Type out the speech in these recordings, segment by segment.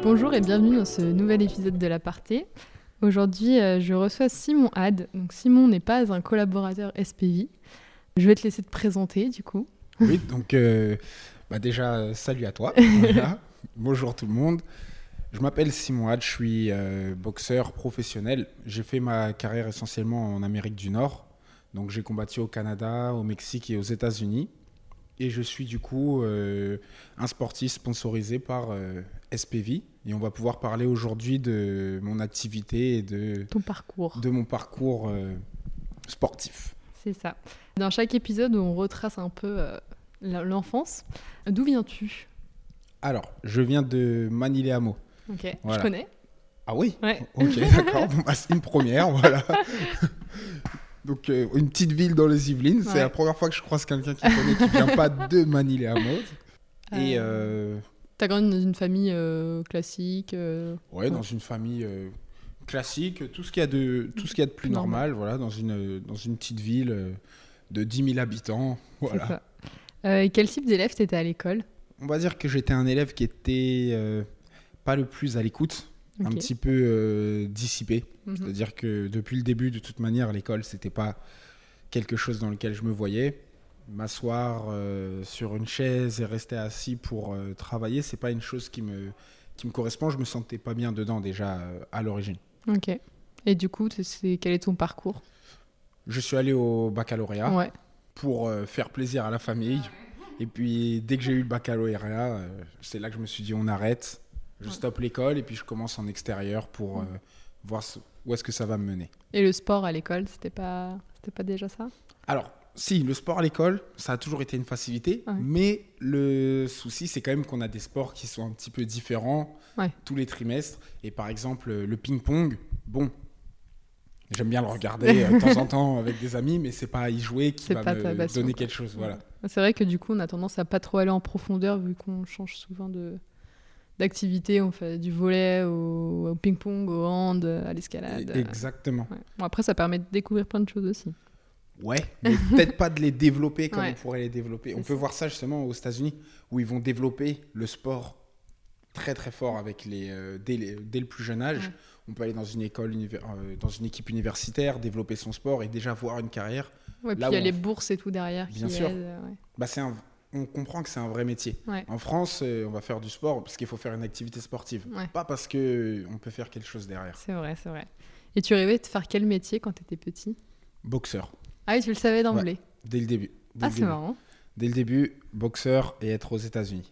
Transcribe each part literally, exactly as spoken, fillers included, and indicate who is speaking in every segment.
Speaker 1: Bonjour et bienvenue dans ce nouvel épisode de l'Aparté. Aujourd'hui, euh, je reçois Simon Had. Donc Simon n'est pas un collaborateur S P V. Je vais te laisser te présenter du coup.
Speaker 2: Oui, donc euh, bah déjà, salut à toi. Voilà. Bonjour tout le monde. Je m'appelle Simon Had, je suis euh, boxeur professionnel. J'ai fait ma carrière essentiellement en Amérique du Nord. Donc j'ai combattu au Canada, au Mexique et aux États-Unis. Et je suis du coup euh, un sportif sponsorisé par euh, S P V. Et on va pouvoir parler aujourd'hui de mon activité et de,
Speaker 1: Ton parcours.
Speaker 2: de mon parcours euh, sportif.
Speaker 1: C'est ça. Dans chaque épisode, on retrace un peu euh, l'enfance. D'où viens-tu ?
Speaker 2: Alors, je viens de Manille-les-Hameaux.
Speaker 1: Ok,
Speaker 2: Voilà.
Speaker 1: je connais.
Speaker 2: Ah oui ?
Speaker 1: Ouais.
Speaker 2: Ok, d'accord. Bon, bah, c'est une première, voilà. Donc, euh, une petite ville dans les Yvelines.
Speaker 1: Ouais.
Speaker 2: C'est la première fois que je croise quelqu'un qui connaît, qui vient pas de Manille-les-Hameaux. Et
Speaker 1: Euh,
Speaker 2: euh,
Speaker 1: T'as grandi dans une famille euh, classique euh,
Speaker 2: ouais, dans une famille euh, classique, tout ce qu'il y a de, tout ce qu'il y a de plus
Speaker 1: Normal.
Speaker 2: normal, voilà, dans une, dans une petite ville euh, de dix mille habitants.
Speaker 1: C'est
Speaker 2: Voilà.
Speaker 1: ça. Euh, et quel type d'élève t'étais à l'école ?
Speaker 2: On va dire que j'étais un élève qui était euh, pas le plus à l'écoute,
Speaker 1: Ok.
Speaker 2: un petit peu euh, dissipé.
Speaker 1: Mhm.
Speaker 2: C'est-à-dire que depuis le début, de toute manière, l'école, c'était pas quelque chose dans lequel je me voyais. M'asseoir euh, sur une chaise et rester assis pour euh, travailler, c'est pas une chose qui me, qui me correspond. Je me sentais pas bien dedans déjà euh, à l'origine.
Speaker 1: Ok. Et du coup, t- c'est... quel est ton parcours ?
Speaker 2: Je suis allé au baccalauréat
Speaker 1: Ouais.
Speaker 2: pour euh, faire plaisir à la famille. Et puis, dès que j'ai eu le baccalauréat, euh, c'est là que je me suis dit, on arrête. Je
Speaker 1: Ouais.
Speaker 2: stoppe l'école et puis je commence en extérieur pour euh, voir ce- où est-ce que ça va me mener.
Speaker 1: Et le sport à l'école, c'était pas, c'était pas déjà ça ?
Speaker 2: Alors, si, le sport à l'école, ça a toujours été une facilité,
Speaker 1: Ouais.
Speaker 2: mais le souci, c'est quand même qu'on a des sports qui sont un petit peu différents
Speaker 1: Ouais.
Speaker 2: tous les trimestres. Et par exemple, le ping-pong, bon, j'aime bien le regarder euh, de temps en temps avec des amis, mais c'est pas à y jouer qui
Speaker 1: C'est
Speaker 2: va
Speaker 1: pas
Speaker 2: me
Speaker 1: ta passion,
Speaker 2: donner
Speaker 1: quoi.
Speaker 2: quelque chose. Voilà.
Speaker 1: C'est vrai que du coup, on a tendance à pas trop aller en profondeur vu qu'on change souvent de d'activité. On fait du volley au, au ping-pong, au hand, à l'escalade.
Speaker 2: Et- Exactement.
Speaker 1: Ouais. Bon, après, ça permet de découvrir plein de choses aussi.
Speaker 2: Ouais, mais peut-être pas de les développer comme
Speaker 1: Ouais.
Speaker 2: on pourrait les développer. On
Speaker 1: C'est
Speaker 2: peut
Speaker 1: ça.
Speaker 2: voir ça justement aux États-Unis, où ils vont développer le sport très très fort avec les, euh, dès, les- dès le plus jeune âge.
Speaker 1: Ouais.
Speaker 2: On peut aller dans une école, univer- euh, dans une équipe universitaire, développer son sport et déjà avoir une carrière.
Speaker 1: Ouais, puis
Speaker 2: Là
Speaker 1: il y a
Speaker 2: où
Speaker 1: les
Speaker 2: on-
Speaker 1: bourses et tout derrière
Speaker 2: Bien
Speaker 1: qui
Speaker 2: sûr.
Speaker 1: aident. euh, ouais.
Speaker 2: Bah, c'est un- on comprend que c'est un vrai métier.
Speaker 1: Ouais.
Speaker 2: En France, euh, on va faire du sport parce qu'il faut faire une activité sportive,
Speaker 1: Ouais.
Speaker 2: pas parce qu'on peut faire quelque chose derrière.
Speaker 1: C'est vrai, c'est vrai. Et tu rêvais de faire quel métier quand tu étais petit ?
Speaker 2: Boxeur,
Speaker 1: Ah oui, tu le savais d'emblée.
Speaker 2: dès le début. Dès
Speaker 1: Ah,
Speaker 2: le
Speaker 1: c'est
Speaker 2: début.
Speaker 1: marrant.
Speaker 2: Dès le début, boxeur et être aux États-Unis.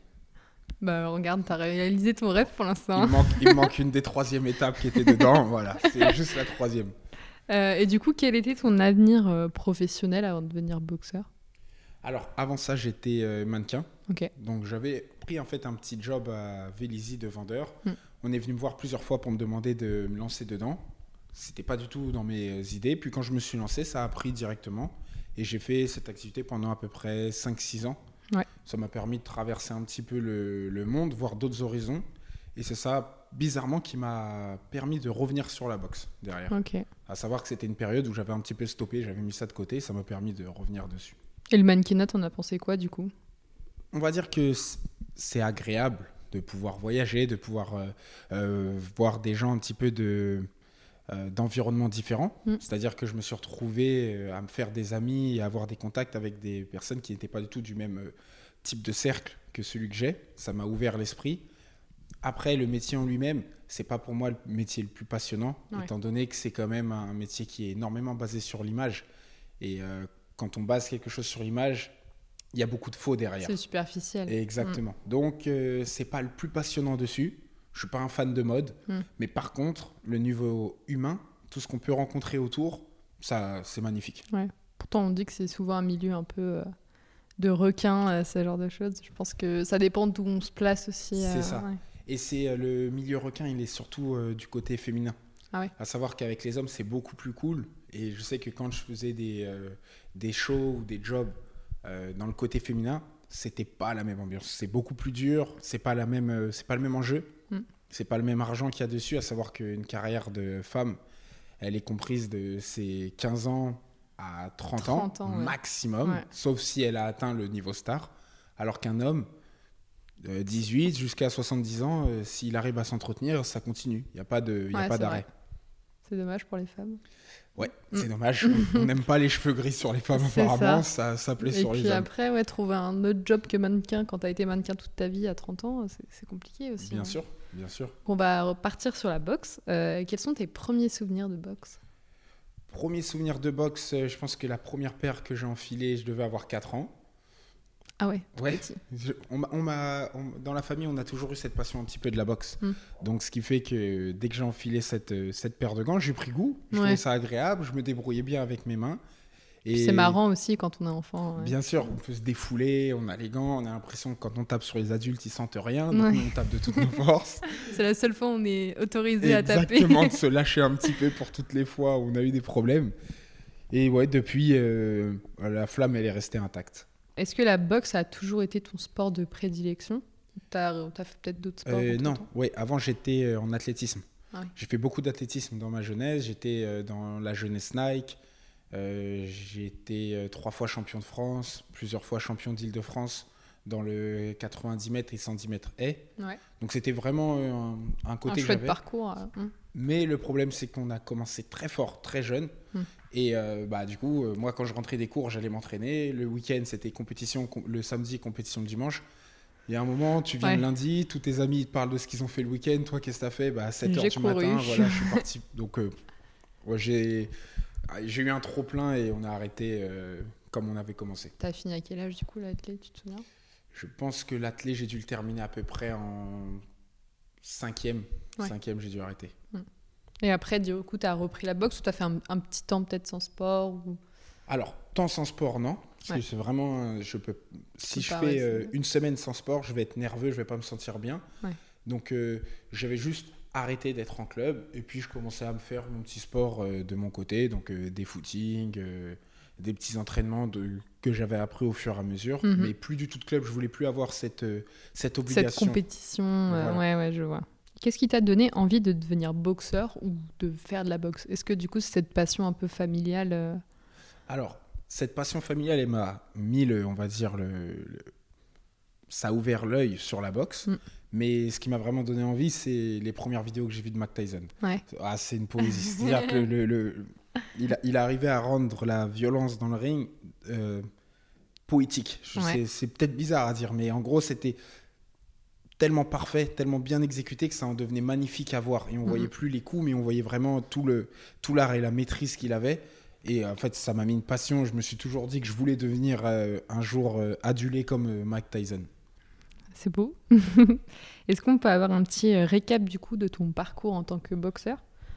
Speaker 1: Bah regarde, t'as réalisé ton rêve pour l'instant.
Speaker 2: Il me, manque, il me manque une des troisième étapes qui était dedans. Voilà, c'est juste la troisième.
Speaker 1: Euh, et du coup, quel était ton avenir euh, professionnel avant de devenir boxeur ?
Speaker 2: Alors, avant ça, j'étais euh, mannequin.
Speaker 1: Ok.
Speaker 2: Donc, j'avais pris en fait un petit job à Vélizy de vendeur.
Speaker 1: Mm.
Speaker 2: On est venu me voir plusieurs fois pour me demander de me lancer dedans. C'était pas du tout dans mes euh, idées. Puis, quand je me suis lancé, ça a pris directement. Et j'ai fait cette activité pendant à peu près cinq six ans.
Speaker 1: Ouais.
Speaker 2: Ça m'a permis de traverser un petit peu le, le monde, voir d'autres horizons. Et c'est ça, bizarrement, qui m'a permis de revenir sur la boxe derrière.
Speaker 1: Ok.
Speaker 2: À savoir que c'était une période où j'avais un petit peu stoppé, j'avais mis ça de côté. Ça m'a permis de revenir dessus.
Speaker 1: Et le mannequinat, t'en as pensé quoi du coup ?
Speaker 2: On va dire que c- c'est agréable de pouvoir voyager, de pouvoir euh, euh, voir des gens un petit peu de, euh, d'environnements différents.
Speaker 1: Mm.
Speaker 2: C'est-à-dire que je me suis retrouvé euh, à me faire des amis et à avoir des contacts avec des personnes qui n'étaient pas du tout du même euh, type de cercle que celui que j'ai. Ça m'a ouvert l'esprit. Après, le métier en lui-même, c'est pas pour moi le métier le plus passionnant,
Speaker 1: Ouais.
Speaker 2: étant donné que c'est quand même un métier qui est énormément basé sur l'image. Et euh, quand on base quelque chose sur l'image, il y a beaucoup de faux derrière.
Speaker 1: C'est superficiel.
Speaker 2: Exactement. Donc, euh, c'est pas le plus passionnant dessus. Je suis pas un fan de mode.
Speaker 1: Mm.
Speaker 2: Mais par contre, le niveau humain, tout ce qu'on peut rencontrer autour, ça, c'est magnifique.
Speaker 1: Ouais. Pourtant, on dit que c'est souvent un milieu un peu euh, de requin, euh, ce genre de choses. Je pense que ça dépend d'où on se place aussi.
Speaker 2: C'est
Speaker 1: euh,
Speaker 2: ça.
Speaker 1: ouais.
Speaker 2: Et c'est euh, le milieu requin, il est surtout euh, du côté féminin.
Speaker 1: Ah ouais.
Speaker 2: À savoir qu'avec les hommes, c'est beaucoup plus cool. Et je sais que quand je faisais des, euh, des shows ou des jobs euh, dans le côté féminin, c'était pas la même ambiance. C'est beaucoup plus dur. C'est pas la même, euh, c'est pas le même enjeu.
Speaker 1: Mm.
Speaker 2: C'est pas le même argent qu'il y a dessus. À savoir qu'une carrière de femme, elle est comprise de ses quinze ans à trente,
Speaker 1: trente
Speaker 2: ans,
Speaker 1: ans, ouais.
Speaker 2: maximum,
Speaker 1: Ouais.
Speaker 2: sauf si elle a atteint le niveau star. Alors qu'un homme, Euh, dix-huit jusqu'à soixante-dix ans, euh, s'il arrive à s'entretenir, ça continue. Il n'y a pas de, y a
Speaker 1: Ouais,
Speaker 2: pas
Speaker 1: c'est
Speaker 2: d'arrêt.
Speaker 1: vrai. C'est dommage pour les femmes.
Speaker 2: Ouais,
Speaker 1: Mm.
Speaker 2: c'est dommage. On n'aime pas les cheveux gris sur les femmes,
Speaker 1: C'est
Speaker 2: apparemment.
Speaker 1: ça.
Speaker 2: Ça, ça plaît
Speaker 1: Et
Speaker 2: sur
Speaker 1: puis
Speaker 2: les hommes.
Speaker 1: après, ouais, trouver un autre job que mannequin quand tu as été mannequin toute ta vie à trente ans, c'est, c'est compliqué aussi.
Speaker 2: Bien
Speaker 1: hein.
Speaker 2: sûr, bien sûr.
Speaker 1: On va repartir sur la boxe. Euh, quels sont tes premiers souvenirs de boxe?
Speaker 2: Premier souvenir de boxe, euh, je pense que la première paire que j'ai enfilée, je devais avoir quatre ans.
Speaker 1: Ah ouais, tout
Speaker 2: Ouais.
Speaker 1: petit.
Speaker 2: Je- on m'a- on m'a- on- dans la famille, on a toujours eu cette passion un petit peu de la boxe.
Speaker 1: Mm.
Speaker 2: Donc, ce qui fait que dès que j'ai enfilé cette, euh, cette paire de gants, j'ai pris goût. Je
Speaker 1: Ouais.
Speaker 2: trouvais ça agréable. Je me débrouillais bien avec mes mains. Et
Speaker 1: Puis c'est marrant aussi quand on est enfant. ouais.
Speaker 2: Bien sûr, on peut se défouler, on a les gants, on a l'impression que quand on tape sur les adultes, ils sentent rien. Donc,
Speaker 1: Ouais.
Speaker 2: nous, on tape de toutes nos forces.
Speaker 1: C'est la seule fois où on est autorisé à taper.
Speaker 2: Exactement, de se lâcher un petit peu pour toutes les fois où on a eu des problèmes. Et ouais, depuis, euh, la flamme, elle est restée intacte.
Speaker 1: Est-ce que la boxe a toujours été ton sport de prédilection? T'as, t'as fait peut-être d'autres sports
Speaker 2: Euh, non,
Speaker 1: entre-temps
Speaker 2: ouais, avant j'étais euh, en athlétisme.
Speaker 1: Ah oui.
Speaker 2: J'ai fait beaucoup d'athlétisme dans ma jeunesse. J'étais euh, dans la jeunesse Nike. Euh, j'ai été euh, trois fois champion de France, plusieurs fois champion d'Île-de-France dans le quatre-vingt-dix mètres et cent dix mètres haies.
Speaker 1: Ouais.
Speaker 2: Donc c'était vraiment euh, un, un côté
Speaker 1: Un
Speaker 2: que
Speaker 1: chouette
Speaker 2: j'avais.
Speaker 1: parcours. euh, hum.
Speaker 2: Mais le problème, c'est qu'on a commencé très fort, très jeune.
Speaker 1: Hmm.
Speaker 2: Et euh, bah, du coup, euh, moi, quand je rentrais des cours, j'allais m'entraîner. Le week-end, c'était compétition com- le samedi, compétition le dimanche. Il y a un moment, tu viens
Speaker 1: Ouais.
Speaker 2: le lundi, tous tes amis ils te parlent de ce qu'ils ont fait le week-end. Toi, qu'est-ce que tu as fait bah, À sept heures
Speaker 1: J'ai
Speaker 2: du
Speaker 1: couru.
Speaker 2: matin, voilà, je suis parti. Donc, euh, ouais, j'ai, j'ai eu un trop-plein et on a arrêté euh, comme on avait commencé.
Speaker 1: T'as fini à quel âge du coup l'athlète, tu te souviens?
Speaker 2: Je pense que l'athlé, j'ai dû le terminer à peu près en cinquième.
Speaker 1: Ouais.
Speaker 2: Cinquième, j'ai dû arrêter.
Speaker 1: Et après, du coup, t'as repris la boxe ou t'as fait un, un petit temps peut-être sans sport ou...
Speaker 2: Alors, temps sans sport, non. Parce
Speaker 1: Ouais.
Speaker 2: que c'est vraiment. euh, Je peux, si
Speaker 1: peux
Speaker 2: je
Speaker 1: pas,
Speaker 2: fais
Speaker 1: ouais,
Speaker 2: euh,
Speaker 1: c'est-
Speaker 2: une semaine sans sport, je vais être nerveux, je vais pas me sentir bien.
Speaker 1: Ouais.
Speaker 2: Donc, euh, j'avais juste arrêté d'être en club. Et puis, je commençais à me faire mon petit sport euh, de mon côté. Donc, euh, des footings, euh, des petits entraînements de, que j'avais appris au fur et à mesure.
Speaker 1: Mhm.
Speaker 2: Mais plus du tout de club. Je voulais plus avoir cette, euh, cette
Speaker 1: Cette
Speaker 2: obligation.
Speaker 1: compétition, euh,
Speaker 2: Voilà.
Speaker 1: ouais, ouais, je vois. Qu'est-ce qui t'a donné envie de devenir boxeur ou de faire de la boxe? Est-ce que du coup, c'est cette passion un peu familiale euh,
Speaker 2: Alors, cette passion familiale, elle m'a mis, le, on va dire, le, le- ça a ouvert l'œil sur la boxe.
Speaker 1: Mm.
Speaker 2: Mais ce qui m'a vraiment donné envie, c'est les premières vidéos que j'ai vues de Mike Tyson.
Speaker 1: Ouais.
Speaker 2: Ah, c'est une poésie. C'est-à-dire que le, le- le- il, a, il a arrivé à rendre la violence dans le ring euh, poétique. Je
Speaker 1: Ouais.
Speaker 2: sais, c'est peut-être bizarre à dire, mais en gros, c'était tellement parfait, tellement bien exécuté que ça en devenait magnifique à voir. Et on
Speaker 1: Mhm.
Speaker 2: voyait plus les coups, mais on voyait vraiment tout, le, tout l'art et la maîtrise qu'il avait. Et en fait, ça m'a mis une passion. Je me suis toujours dit que je voulais devenir euh, un jour euh, adulé comme euh, Mike Tyson.
Speaker 1: C'est beau. Est-ce qu'on peut avoir un petit euh, récap du coup de ton parcours en tant que boxeur?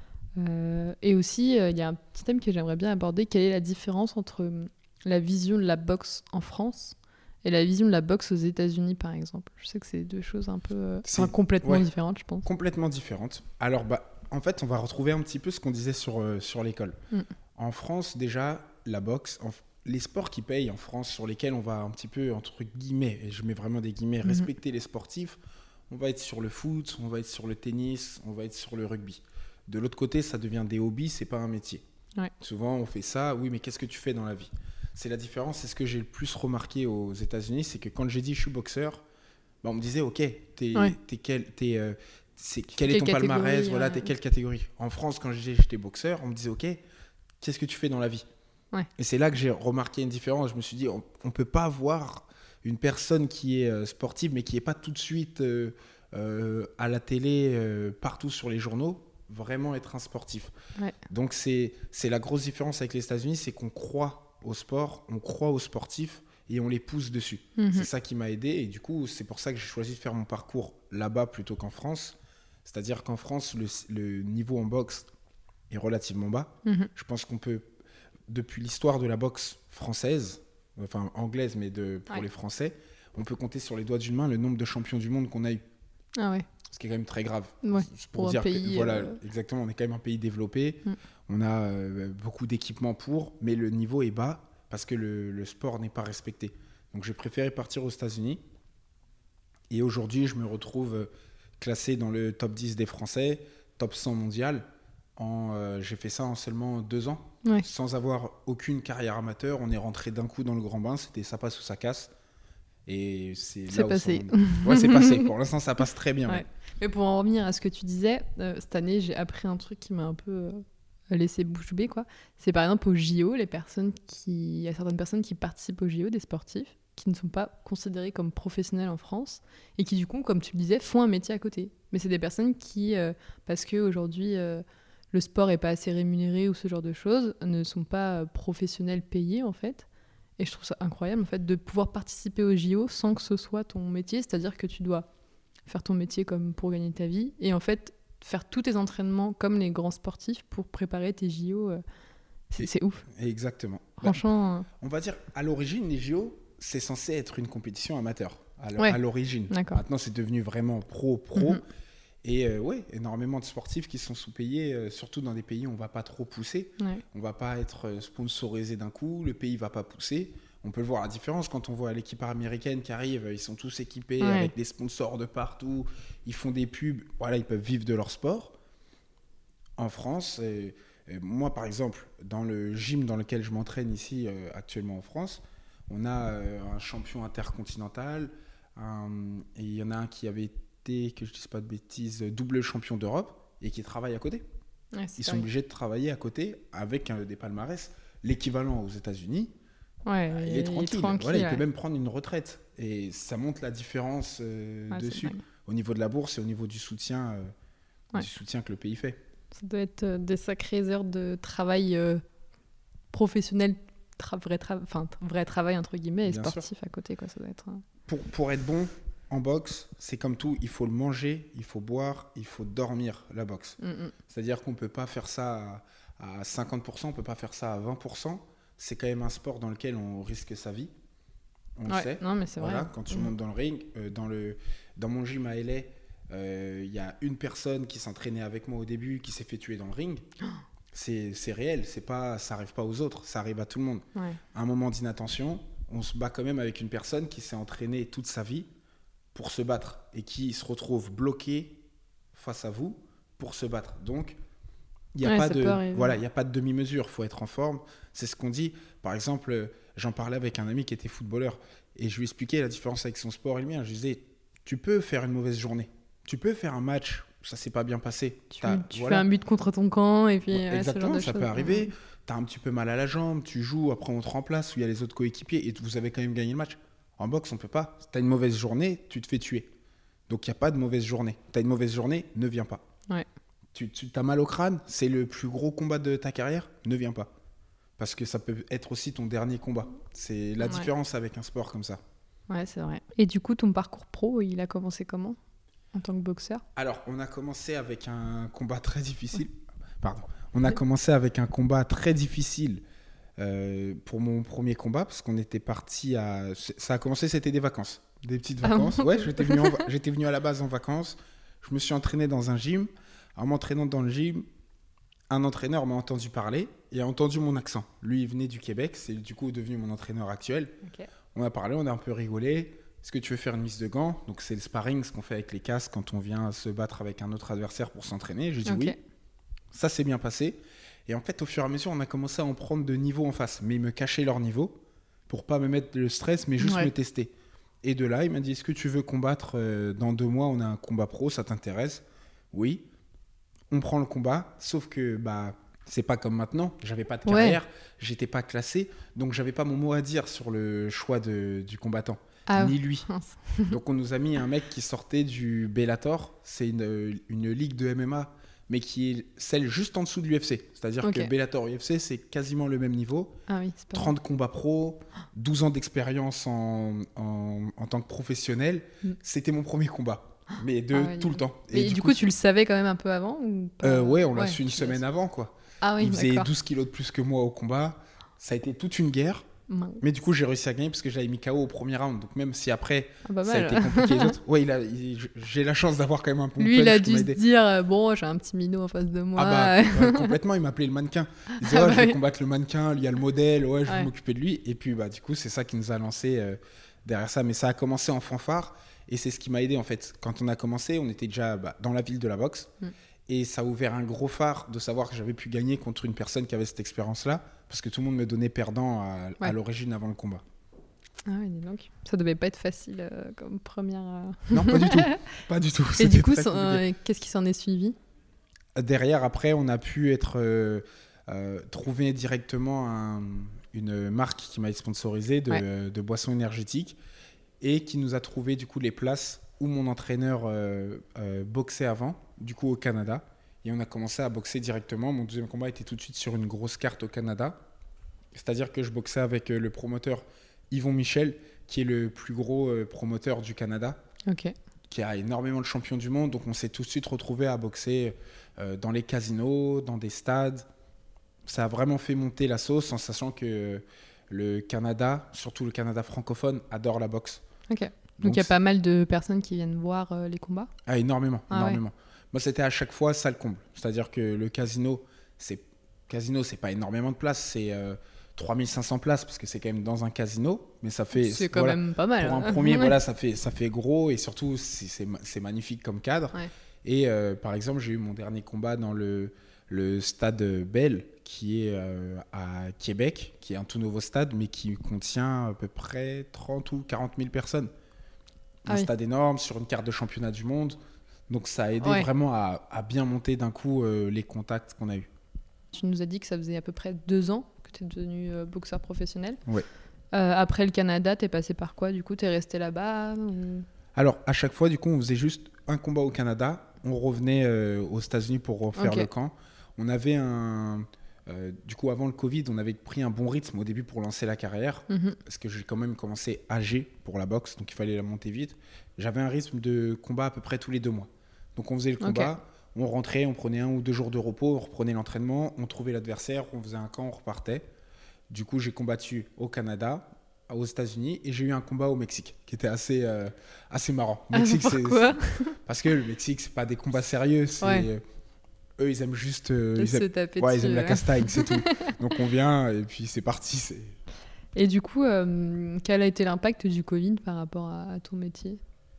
Speaker 1: Euh, et aussi, euh, il y a un petit thème que j'aimerais bien aborder. Quelle est la différence entre euh, la vision de la boxe en France et la vision de la boxe aux États-Unis, par exemple? Je sais que c'est deux choses un peu, euh,
Speaker 2: C'est-
Speaker 1: enfin, complètement
Speaker 2: ouais.
Speaker 1: différentes, je pense.
Speaker 2: Complètement différente. Alors, bah, en fait, on va retrouver un petit peu ce qu'on disait sur, euh, sur l'école.
Speaker 1: Mm.
Speaker 2: En France, déjà, la boxe, en f- les sports qui payent en France, sur lesquels on va un petit peu, entre guillemets, et je mets vraiment des guillemets,
Speaker 1: Mhm.
Speaker 2: respecter les sportifs, on va être sur le foot, on va être sur le tennis, on va être sur le rugby. De l'autre côté, ça devient des hobbies, c'est pas un métier.
Speaker 1: Ouais.
Speaker 2: Souvent, on fait ça, oui, mais qu'est-ce que tu fais dans la vie? C'est la différence, c'est ce que j'ai le plus remarqué aux États-Unis, c'est que quand j'ai dit je suis boxeur, bah, on me disait, ok, t'es,
Speaker 1: Ouais.
Speaker 2: t'es quel, t'es, euh, c'est, quel
Speaker 1: Quelle
Speaker 2: est ton palmarès,
Speaker 1: catégorie,
Speaker 2: voilà,
Speaker 1: euh,
Speaker 2: t'es quelle catégorie? En France, quand je disais j'étais boxeur, on me disait, ok, qu'est-ce que tu fais dans la vie?
Speaker 1: Ouais.
Speaker 2: Et c'est là que j'ai remarqué une différence. Je me suis dit, on ne peut pas voir une personne qui est euh, sportive, mais qui n'est pas tout de suite euh, euh, à la télé, euh, partout sur les journaux, vraiment être un sportif.
Speaker 1: Ouais.
Speaker 2: Donc c'est, c'est la grosse différence avec les États-Unis, c'est qu'on croit au sport, on croit aux sportifs et on les pousse dessus.
Speaker 1: Mhm.
Speaker 2: C'est ça qui m'a aidé et du coup, c'est pour ça que j'ai choisi de faire mon parcours là-bas plutôt qu'en France. C'est-à-dire qu'en France, le, le niveau en boxe est relativement bas.
Speaker 1: Mhm.
Speaker 2: Je pense qu'on peut, depuis l'histoire de la boxe française, enfin anglaise, mais de, pour
Speaker 1: Ouais.
Speaker 2: les Français, on peut compter sur les doigts d'une main le nombre de champions du monde qu'on a eu.
Speaker 1: Ah ouais.
Speaker 2: Ce qui est quand même très grave.
Speaker 1: Ouais,
Speaker 2: C'est
Speaker 1: pour un
Speaker 2: dire
Speaker 1: pays,
Speaker 2: que, voilà,
Speaker 1: euh,
Speaker 2: exactement, on est quand même un pays développé.
Speaker 1: Mm.
Speaker 2: On a euh, beaucoup d'équipements pour, mais le niveau est bas parce que le, le sport n'est pas respecté. Donc j'ai préféré partir aux États-Unis. Et aujourd'hui, je me retrouve euh, classé dans le top dix des Français, top cent mondial. En, euh, j'ai fait ça en seulement deux ans,
Speaker 1: Ouais.
Speaker 2: sans avoir aucune carrière amateur. On est rentré d'un coup dans le grand bain, c'était ça passe ou ça casse. Et c'est,
Speaker 1: c'est
Speaker 2: là
Speaker 1: passé.
Speaker 2: Où son... Ouais, c'est passé. Pour l'instant, ça passe très bien.
Speaker 1: Ouais.
Speaker 2: Ouais.
Speaker 1: Mais pour en revenir à ce que tu disais, euh, cette année, j'ai appris un truc qui m'a un peu euh, laissé bouche bée, quoi. C'est par exemple au J O, les personnes qui... il y a certaines personnes qui participent au J O, des sportifs, qui ne sont pas considérés comme professionnels en France et qui, du coup, comme tu le disais, font un métier à côté. Mais c'est des personnes qui, euh, parce qu'aujourd'hui, euh, le sport n'est pas assez rémunéré ou ce genre de choses, ne sont pas euh, professionnels payés, en fait. Et je trouve ça incroyable, en fait, de pouvoir participer au J O sans que ce soit ton métier. C'est-à-dire que tu dois faire ton métier comme pour gagner ta vie et, en fait, faire tous tes entraînements comme les grands sportifs pour préparer tes J O. Euh, c'est, c'est ouf.
Speaker 2: Exactement.
Speaker 1: Franchement...
Speaker 2: Bah, on va dire, à l'origine, les J O... c'est censé être une compétition amateur à, l-
Speaker 1: Ouais.
Speaker 2: à l'origine.
Speaker 1: D'accord.
Speaker 2: Maintenant, c'est devenu vraiment pro-pro.
Speaker 1: Mhm.
Speaker 2: Et euh, ouais, énormément de sportifs qui sont sous-payés, euh, surtout dans des pays où on ne va pas trop pousser.
Speaker 1: Ouais.
Speaker 2: On ne va pas être euh, sponsorisé d'un coup, le pays ne va pas pousser. On peut le voir la différence quand on voit l'équipe américaine qui arrive, ils sont tous équipés
Speaker 1: Ouais.
Speaker 2: avec des sponsors de partout, ils font des pubs, voilà, ils peuvent vivre de leur sport. En France, euh, euh, moi par exemple, dans le gym dans lequel je m'entraîne ici euh, actuellement en France, on a euh, un champion intercontinental, un, et il y en a un qui avait été, que je ne dise pas de bêtises, double champion d'Europe et qui travaille à côté.
Speaker 1: Ouais, c'est
Speaker 2: Ils sont
Speaker 1: dingue.
Speaker 2: obligés de travailler à côté avec un, des palmarès. L'équivalent aux États-Unis,
Speaker 1: Ouais,
Speaker 2: bah, il est tranquille.
Speaker 1: tranquille,
Speaker 2: Voilà, il
Speaker 1: ouais.
Speaker 2: peut même prendre une retraite. Et ça montre la différence euh,
Speaker 1: Ouais, c'est
Speaker 2: dessus,
Speaker 1: dingue.
Speaker 2: au niveau de la bourse et au niveau du soutien, euh,
Speaker 1: Ouais.
Speaker 2: du soutien que le pays fait.
Speaker 1: Ça doit être euh, des sacrées heures de travail euh, professionnel, tra- vrai, tra- enfin, t- vrai travail entre guillemets, et
Speaker 2: Bien
Speaker 1: sportif à côté, quoi. Ça doit être. euh,
Speaker 2: Pour, pour être bon en boxe, c'est comme tout, il faut le manger, il faut boire, il faut dormir la boxe.
Speaker 1: mm, mm.
Speaker 2: C'est-à-dire qu'on ne peut pas faire ça à, à cinquante pour cent, on ne peut pas faire ça à vingt pour cent. C'est quand même un sport dans lequel on risque sa vie. On le
Speaker 1: Ouais,
Speaker 2: sait.
Speaker 1: non, mais c'est
Speaker 2: Voilà,
Speaker 1: vrai.
Speaker 2: quand tu
Speaker 1: Mm.
Speaker 2: montes dans le ring, euh, dans, le, dans mon gym à L A, euh, il y a une personne qui s'entraînait avec moi au début qui s'est fait tuer dans le ring. C'est, c'est réel, c'est pas, ça arrive pas aux autres, ça arrive à tout le monde.
Speaker 1: Ouais.
Speaker 2: Un moment d'inattention, on se bat quand même avec une personne qui s'est entraînée toute sa vie pour se battre et qui se retrouve bloquée face à vous pour se battre. Donc, il n'y a,
Speaker 1: Ouais,
Speaker 2: pas
Speaker 1: ça
Speaker 2: de,
Speaker 1: peut arriver.
Speaker 2: voilà, il y a pas de demi-mesure, il faut être en forme. C'est ce qu'on dit. Par exemple, euh, j'en parlais avec un ami qui était footballeur et je lui expliquais la différence avec son sport et le mien. Je lui disais, tu peux faire une mauvaise journée, tu peux faire un match, ça s'est pas bien passé.
Speaker 1: Tu,
Speaker 2: T'as-
Speaker 1: tu
Speaker 2: voilà.
Speaker 1: fais un but contre ton camp et puis
Speaker 2: Ouais,
Speaker 1: ouais, ce genre
Speaker 2: exactement,
Speaker 1: de
Speaker 2: ça
Speaker 1: choses.
Speaker 2: peut arriver. Tu as un petit peu mal à la jambe, tu joues, après on te remplace, où il y a les autres coéquipiers et vous avez quand même gagné le match. En boxe, on peut pas. Si tu as une mauvaise journée, tu te fais tuer. Donc il n'y a pas de mauvaise journée. Tu as une mauvaise journée, ne viens pas.
Speaker 1: Ouais.
Speaker 2: Tu, tu as mal au crâne, c'est le plus gros combat de ta carrière, ne viens pas. Parce que ça peut être aussi ton dernier combat. C'est la
Speaker 1: Ouais.
Speaker 2: différence avec un sport comme ça.
Speaker 1: Ouais, c'est vrai. Et du coup, ton parcours pro, il a commencé comment en tant que boxeur?
Speaker 2: Alors, on a commencé avec un combat très difficile. Pardon. On a commencé avec un combat très difficile euh, pour mon premier combat, parce qu'on était parti à... Ça a commencé, c'était des vacances. Des petites
Speaker 1: Ah
Speaker 2: vacances.
Speaker 1: bon
Speaker 2: Ouais, j'étais venu, en va- j'étais venu à la base en vacances. Je me suis entraîné dans un gym. En m'entraînant dans le gym, un entraîneur m'a entendu parler et a entendu mon accent. Lui, il venait du Québec. C'est du coup devenu mon entraîneur actuel.
Speaker 1: Ok.
Speaker 2: On a parlé, on a un peu rigolé. Est-ce que tu veux faire une mise de gants? Donc, c'est le sparring, ce qu'on fait avec les casques quand on vient se battre avec un autre adversaire pour s'entraîner. J'ai dit
Speaker 1: Ok.
Speaker 2: oui. Ça s'est bien passé. Et en fait, au fur et à mesure, on a commencé à en prendre de niveau en face. Mais ils me cachaient leur niveau pour pas me mettre le stress, mais juste
Speaker 1: Ouais.
Speaker 2: me tester. Et de là, il m'a dit, est-ce que tu veux combattre euh, dans deux mois? On a un combat pro, ça t'intéresse? Oui. On prend le combat, sauf que bah, c'est pas comme maintenant. J'avais pas de
Speaker 1: Ouais.
Speaker 2: carrière, j'étais pas classé, donc j'avais pas mon mot à dire sur le choix de, du combattant.
Speaker 1: Ah,
Speaker 2: Ni lui.
Speaker 1: mince.
Speaker 2: Donc on nous a mis un mec qui sortait du Bellator, c'est une, une ligue de M M A, mais qui est celle juste en dessous de l'U F C. C'est-à-dire
Speaker 1: Ok.
Speaker 2: que Bellator U F C, c'est quasiment le même niveau.
Speaker 1: Ah oui, c'est pas
Speaker 2: trente combats pro, douze ans d'expérience en, en, en tant que professionnel.
Speaker 1: Mm.
Speaker 2: C'était mon premier combat, mais de
Speaker 1: Ah ouais,
Speaker 2: tout le
Speaker 1: dis
Speaker 2: temps.
Speaker 1: Et, du coup, tu le savais quand même un peu avant ou pas
Speaker 2: euh, ouais, on l'a su une
Speaker 1: tu
Speaker 2: semaine
Speaker 1: l'as-
Speaker 2: avant, quoi.
Speaker 1: Ah oui,
Speaker 2: Il faisait
Speaker 1: d'accord.
Speaker 2: douze kilos de plus que moi au combat. Ça a été toute une guerre.
Speaker 1: Mince.
Speaker 2: Mais du coup, j'ai réussi à gagner parce que j'avais mis K O au premier round. Donc même si après,
Speaker 1: Ah, pas
Speaker 2: ça a
Speaker 1: mal.
Speaker 2: été compliqué les autres. Ouais, il a, il- j'ai la chance d'avoir quand même un bon
Speaker 1: Lui, il
Speaker 2: punch
Speaker 1: a
Speaker 2: qui
Speaker 1: dû
Speaker 2: m'a
Speaker 1: se
Speaker 2: aidé.
Speaker 1: dire euh, bon, j'ai un petit minot en face de moi.
Speaker 2: Ah bah, euh, complètement, il m'appelait le mannequin. Il disait,
Speaker 1: Ah
Speaker 2: ouais,
Speaker 1: bah
Speaker 2: je vais
Speaker 1: oui.
Speaker 2: combattre le mannequin, il y a le modèle, ouais, je vais
Speaker 1: Ouais.
Speaker 2: m'occuper de lui. Et puis, bah, du coup, c'est ça qui nous a lancé euh, derrière ça. Mais ça a commencé en fanfare et c'est ce qui m'a aidé en fait. Quand on a commencé, on était déjà bah, dans la ville de la boxe
Speaker 1: Mm.
Speaker 2: et ça a ouvert un gros phare de savoir que j'avais pu gagner contre une personne qui avait cette expérience-là parce que tout le monde me donnait perdant à, à
Speaker 1: Ouais.
Speaker 2: l'origine avant le combat.
Speaker 1: Ah oui, dis donc. Ça devait pas être facile euh, comme première... Euh...
Speaker 2: Non, pas du tout. Pas du tout.
Speaker 1: Et
Speaker 2: C'était
Speaker 1: du coup,
Speaker 2: très
Speaker 1: ça,
Speaker 2: compliqué.
Speaker 1: euh, qu'est-ce qui s'en est suivi?
Speaker 2: Derrière, après, on a pu être euh, euh, trouver directement un- une marque qui m'a sponsorisé de,
Speaker 1: Ouais.
Speaker 2: de boissons énergétiques et qui nous a trouvé du coup les places où mon entraîneur euh, euh, boxait avant, du coup au Canada. Et on a commencé à boxer directement. Mon deuxième combat était tout de suite sur une grosse carte au Canada. C'est-à-dire que je boxais avec euh, le promoteur Yvon Michel, qui est le plus gros euh, promoteur du Canada,
Speaker 1: Ok.
Speaker 2: qui a énormément de champions du monde. Donc on s'est tout de suite retrouvés à boxer euh, dans les casinos, dans des stades. Ça a vraiment fait monter la sauce en sachant que le Canada, surtout le Canada francophone, adore la boxe.
Speaker 1: Ok. Donc
Speaker 2: Donc
Speaker 1: il y a
Speaker 2: c'est-
Speaker 1: pas mal de personnes qui viennent voir euh, les combats.
Speaker 2: Ah, énormément,
Speaker 1: Ah
Speaker 2: énormément. Moi, c'était à chaque fois ça le comble. C'est-à-dire que le casino, c'est casino, c'est pas énormément de places, c'est euh, trois mille cinq cents places parce que c'est quand même dans un casino, mais ça fait
Speaker 1: C'est quand
Speaker 2: voilà,
Speaker 1: même pas mal.
Speaker 2: pour un
Speaker 1: hein.
Speaker 2: premier,
Speaker 1: Ouais.
Speaker 2: voilà, ça fait ça fait gros et surtout c'est c'est ma- c'est magnifique comme cadre.
Speaker 1: Ouais.
Speaker 2: Et euh, par exemple, j'ai eu mon dernier combat dans le le stade Bell qui est euh, à Québec, qui est un tout nouveau stade, mais qui contient à peu près trente ou quarante mille personnes. Un
Speaker 1: Ah oui.
Speaker 2: stade énorme sur une carte de championnat du monde. Donc ça a aidé
Speaker 1: Ouais.
Speaker 2: vraiment à, à bien monter d'un coup euh, les contacts qu'on a eus.
Speaker 1: Tu nous as dit que ça faisait à peu près deux ans que tu es devenu euh, boxeur professionnel.
Speaker 2: Ouais.
Speaker 1: Euh, après le Canada, tu es passé par quoi? Du coup, tu es resté là-bas ou...
Speaker 2: Alors à chaque fois, du coup, on faisait juste un combat au Canada. On revenait euh, aux États-Unis pour refaire
Speaker 1: Ok.
Speaker 2: le camp. On avait un... euh, du coup, avant le Covid, on avait pris un bon rythme au début pour lancer la carrière.
Speaker 1: Mhm.
Speaker 2: Parce que j'ai quand même commencé âgé pour la boxe, donc il fallait la monter vite. J'avais un rythme de combat à peu près tous les deux mois. Donc on faisait le combat, on rentrait, on prenait un ou deux jours de repos, on reprenait l'entraînement, on trouvait l'adversaire, on faisait un camp, on repartait. Du coup, j'ai combattu au Canada, aux États-Unis, et j'ai eu un combat au Mexique, qui était assez, euh, assez marrant.
Speaker 1: Ah,
Speaker 2: Mexique, c'est-
Speaker 1: pourquoi?
Speaker 2: c'est- parce que le Mexique, c'est pas des combats sérieux, c'est
Speaker 1: Ouais.
Speaker 2: eux, ils aiment juste, euh, ils
Speaker 1: Se
Speaker 2: aiment,
Speaker 1: taper
Speaker 2: ouais, ils
Speaker 1: dessus,
Speaker 2: aiment la
Speaker 1: ouais.
Speaker 2: castagne, c'est tout. Donc on vient et puis c'est parti. C'est...
Speaker 1: Et du coup, euh, quel a été l'impact du Covid par rapport à, à ton métier?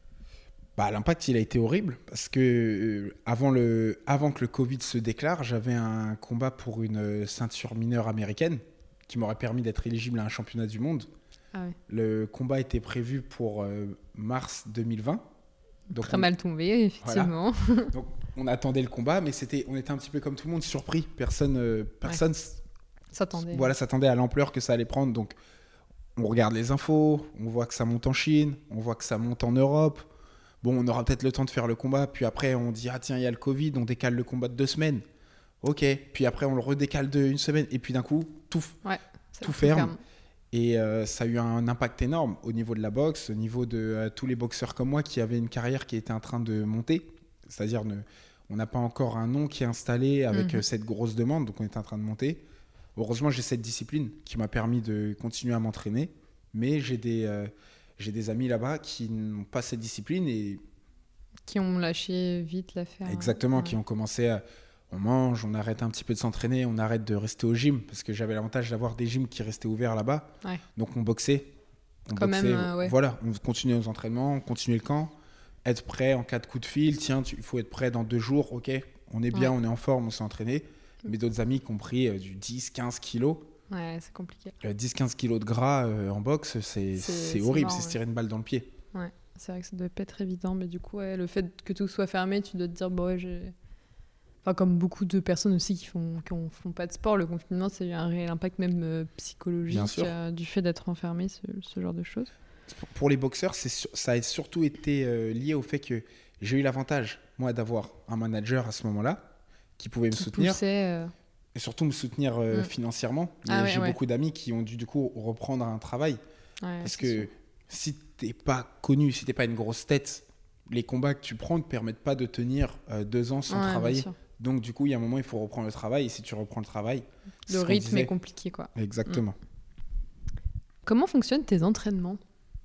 Speaker 2: Bah, l'impact, il a été horrible parce que euh, avant, le, avant que le Covid se déclare, j'avais un combat pour une ceinture mineure américaine qui m'aurait permis d'être éligible à un championnat du monde.
Speaker 1: Ah ouais.
Speaker 2: Le combat était prévu pour euh, mars deux mille vingt. Donc
Speaker 1: Très
Speaker 2: on,
Speaker 1: mal tombé, effectivement.
Speaker 2: donc on attendait le combat, mais c'était, on était un petit peu comme tout le monde, surpris. Personne, euh, personne s-
Speaker 1: S'attendait.
Speaker 2: voilà, s'attendait à l'ampleur que ça allait prendre. Donc on regarde les infos, on voit que ça monte en Chine, on voit que ça monte en Europe. Bon, on aura peut-être le temps de faire le combat, puis après on dit ah tiens, il y a le Covid, on décale le combat de deux semaines. Ok, puis après on le redécale de une semaine, et puis d'un coup, tout, f-
Speaker 1: Ouais, ça
Speaker 2: tout
Speaker 1: tout
Speaker 2: ferme. Et euh, ça a eu un impact énorme au niveau de la boxe, au niveau de euh, tous les boxeurs comme moi qui avaient une carrière qui était en train de monter. C'est-à-dire, ne, on n'a pas encore un nom qui est installé avec
Speaker 1: Mhm.
Speaker 2: euh, cette grosse demande, donc on est en train de monter. Heureusement, j'ai cette discipline qui m'a permis de continuer à m'entraîner, mais j'ai des, euh, j'ai des amis là-bas qui n'ont pas cette discipline et
Speaker 1: Qui ont lâché vite l'affaire.
Speaker 2: exactement,
Speaker 1: Ouais.
Speaker 2: qui ont commencé à... On mange, on arrête un petit peu de s'entraîner, on arrête de rester au gym, parce que j'avais l'avantage d'avoir des gyms qui restaient ouverts là-bas.
Speaker 1: Ouais.
Speaker 2: Donc on boxait. On
Speaker 1: Quand
Speaker 2: boxait,
Speaker 1: même, euh, ouais.
Speaker 2: Voilà, on continuait nos entraînements, on continuait le camp. Être prêt en cas de coup de fil, tiens, il faut être prêt dans deux jours, ok, on est bien,
Speaker 1: Ouais.
Speaker 2: on est en forme, on s'est entraîné. Mais d'autres amis qui ont pris euh, du dix quinze kilos,
Speaker 1: Ouais, c'est compliqué.
Speaker 2: euh, dix quinze kilos de gras euh, en boxe, c'est,
Speaker 1: C'est-
Speaker 2: c'est
Speaker 1: c'est
Speaker 2: horrible,
Speaker 1: mort,
Speaker 2: c'est se
Speaker 1: ouais.
Speaker 2: tirer une balle dans le pied.
Speaker 1: Ouais, c'est vrai que ça doit pas être évident, mais du coup, ouais, le fait que tout soit fermé, tu dois te dire, bon, ouais, j'ai. Enfin, comme beaucoup de personnes aussi qui font, qui ont- font pas de sport, le confinement, c'est un réel impact même euh, psychologique
Speaker 2: Bien sûr.
Speaker 1: euh, du fait d'être enfermé, ce, ce genre de choses.
Speaker 2: Pour- Pour les boxeurs, c'est sur- ça a surtout été euh, lié au fait que j'ai eu l'avantage, moi, d'avoir un manager à ce moment-là qui pouvait me
Speaker 1: Qui
Speaker 2: soutenir
Speaker 1: poussait, euh,
Speaker 2: et surtout me soutenir euh,
Speaker 1: Mm.
Speaker 2: financièrement.
Speaker 1: Ah
Speaker 2: Et
Speaker 1: ouais,
Speaker 2: j'ai
Speaker 1: ouais.
Speaker 2: beaucoup d'amis qui ont dû du coup reprendre un travail
Speaker 1: ouais,
Speaker 2: parce
Speaker 1: c'est
Speaker 2: que
Speaker 1: sûr.
Speaker 2: si t'es pas connu, si t'es pas une grosse tête, les combats que tu prends ne te permettent pas de tenir euh, deux ans sans
Speaker 1: Ouais, bien
Speaker 2: travailler.
Speaker 1: sûr.
Speaker 2: Donc du coup, il y a un moment, il faut reprendre le travail et si tu reprends le travail, c'est
Speaker 1: Le
Speaker 2: ce qu'on
Speaker 1: rythme
Speaker 2: disait.
Speaker 1: est compliqué, quoi.
Speaker 2: Exactement.
Speaker 1: Comment fonctionnent tes entraînements?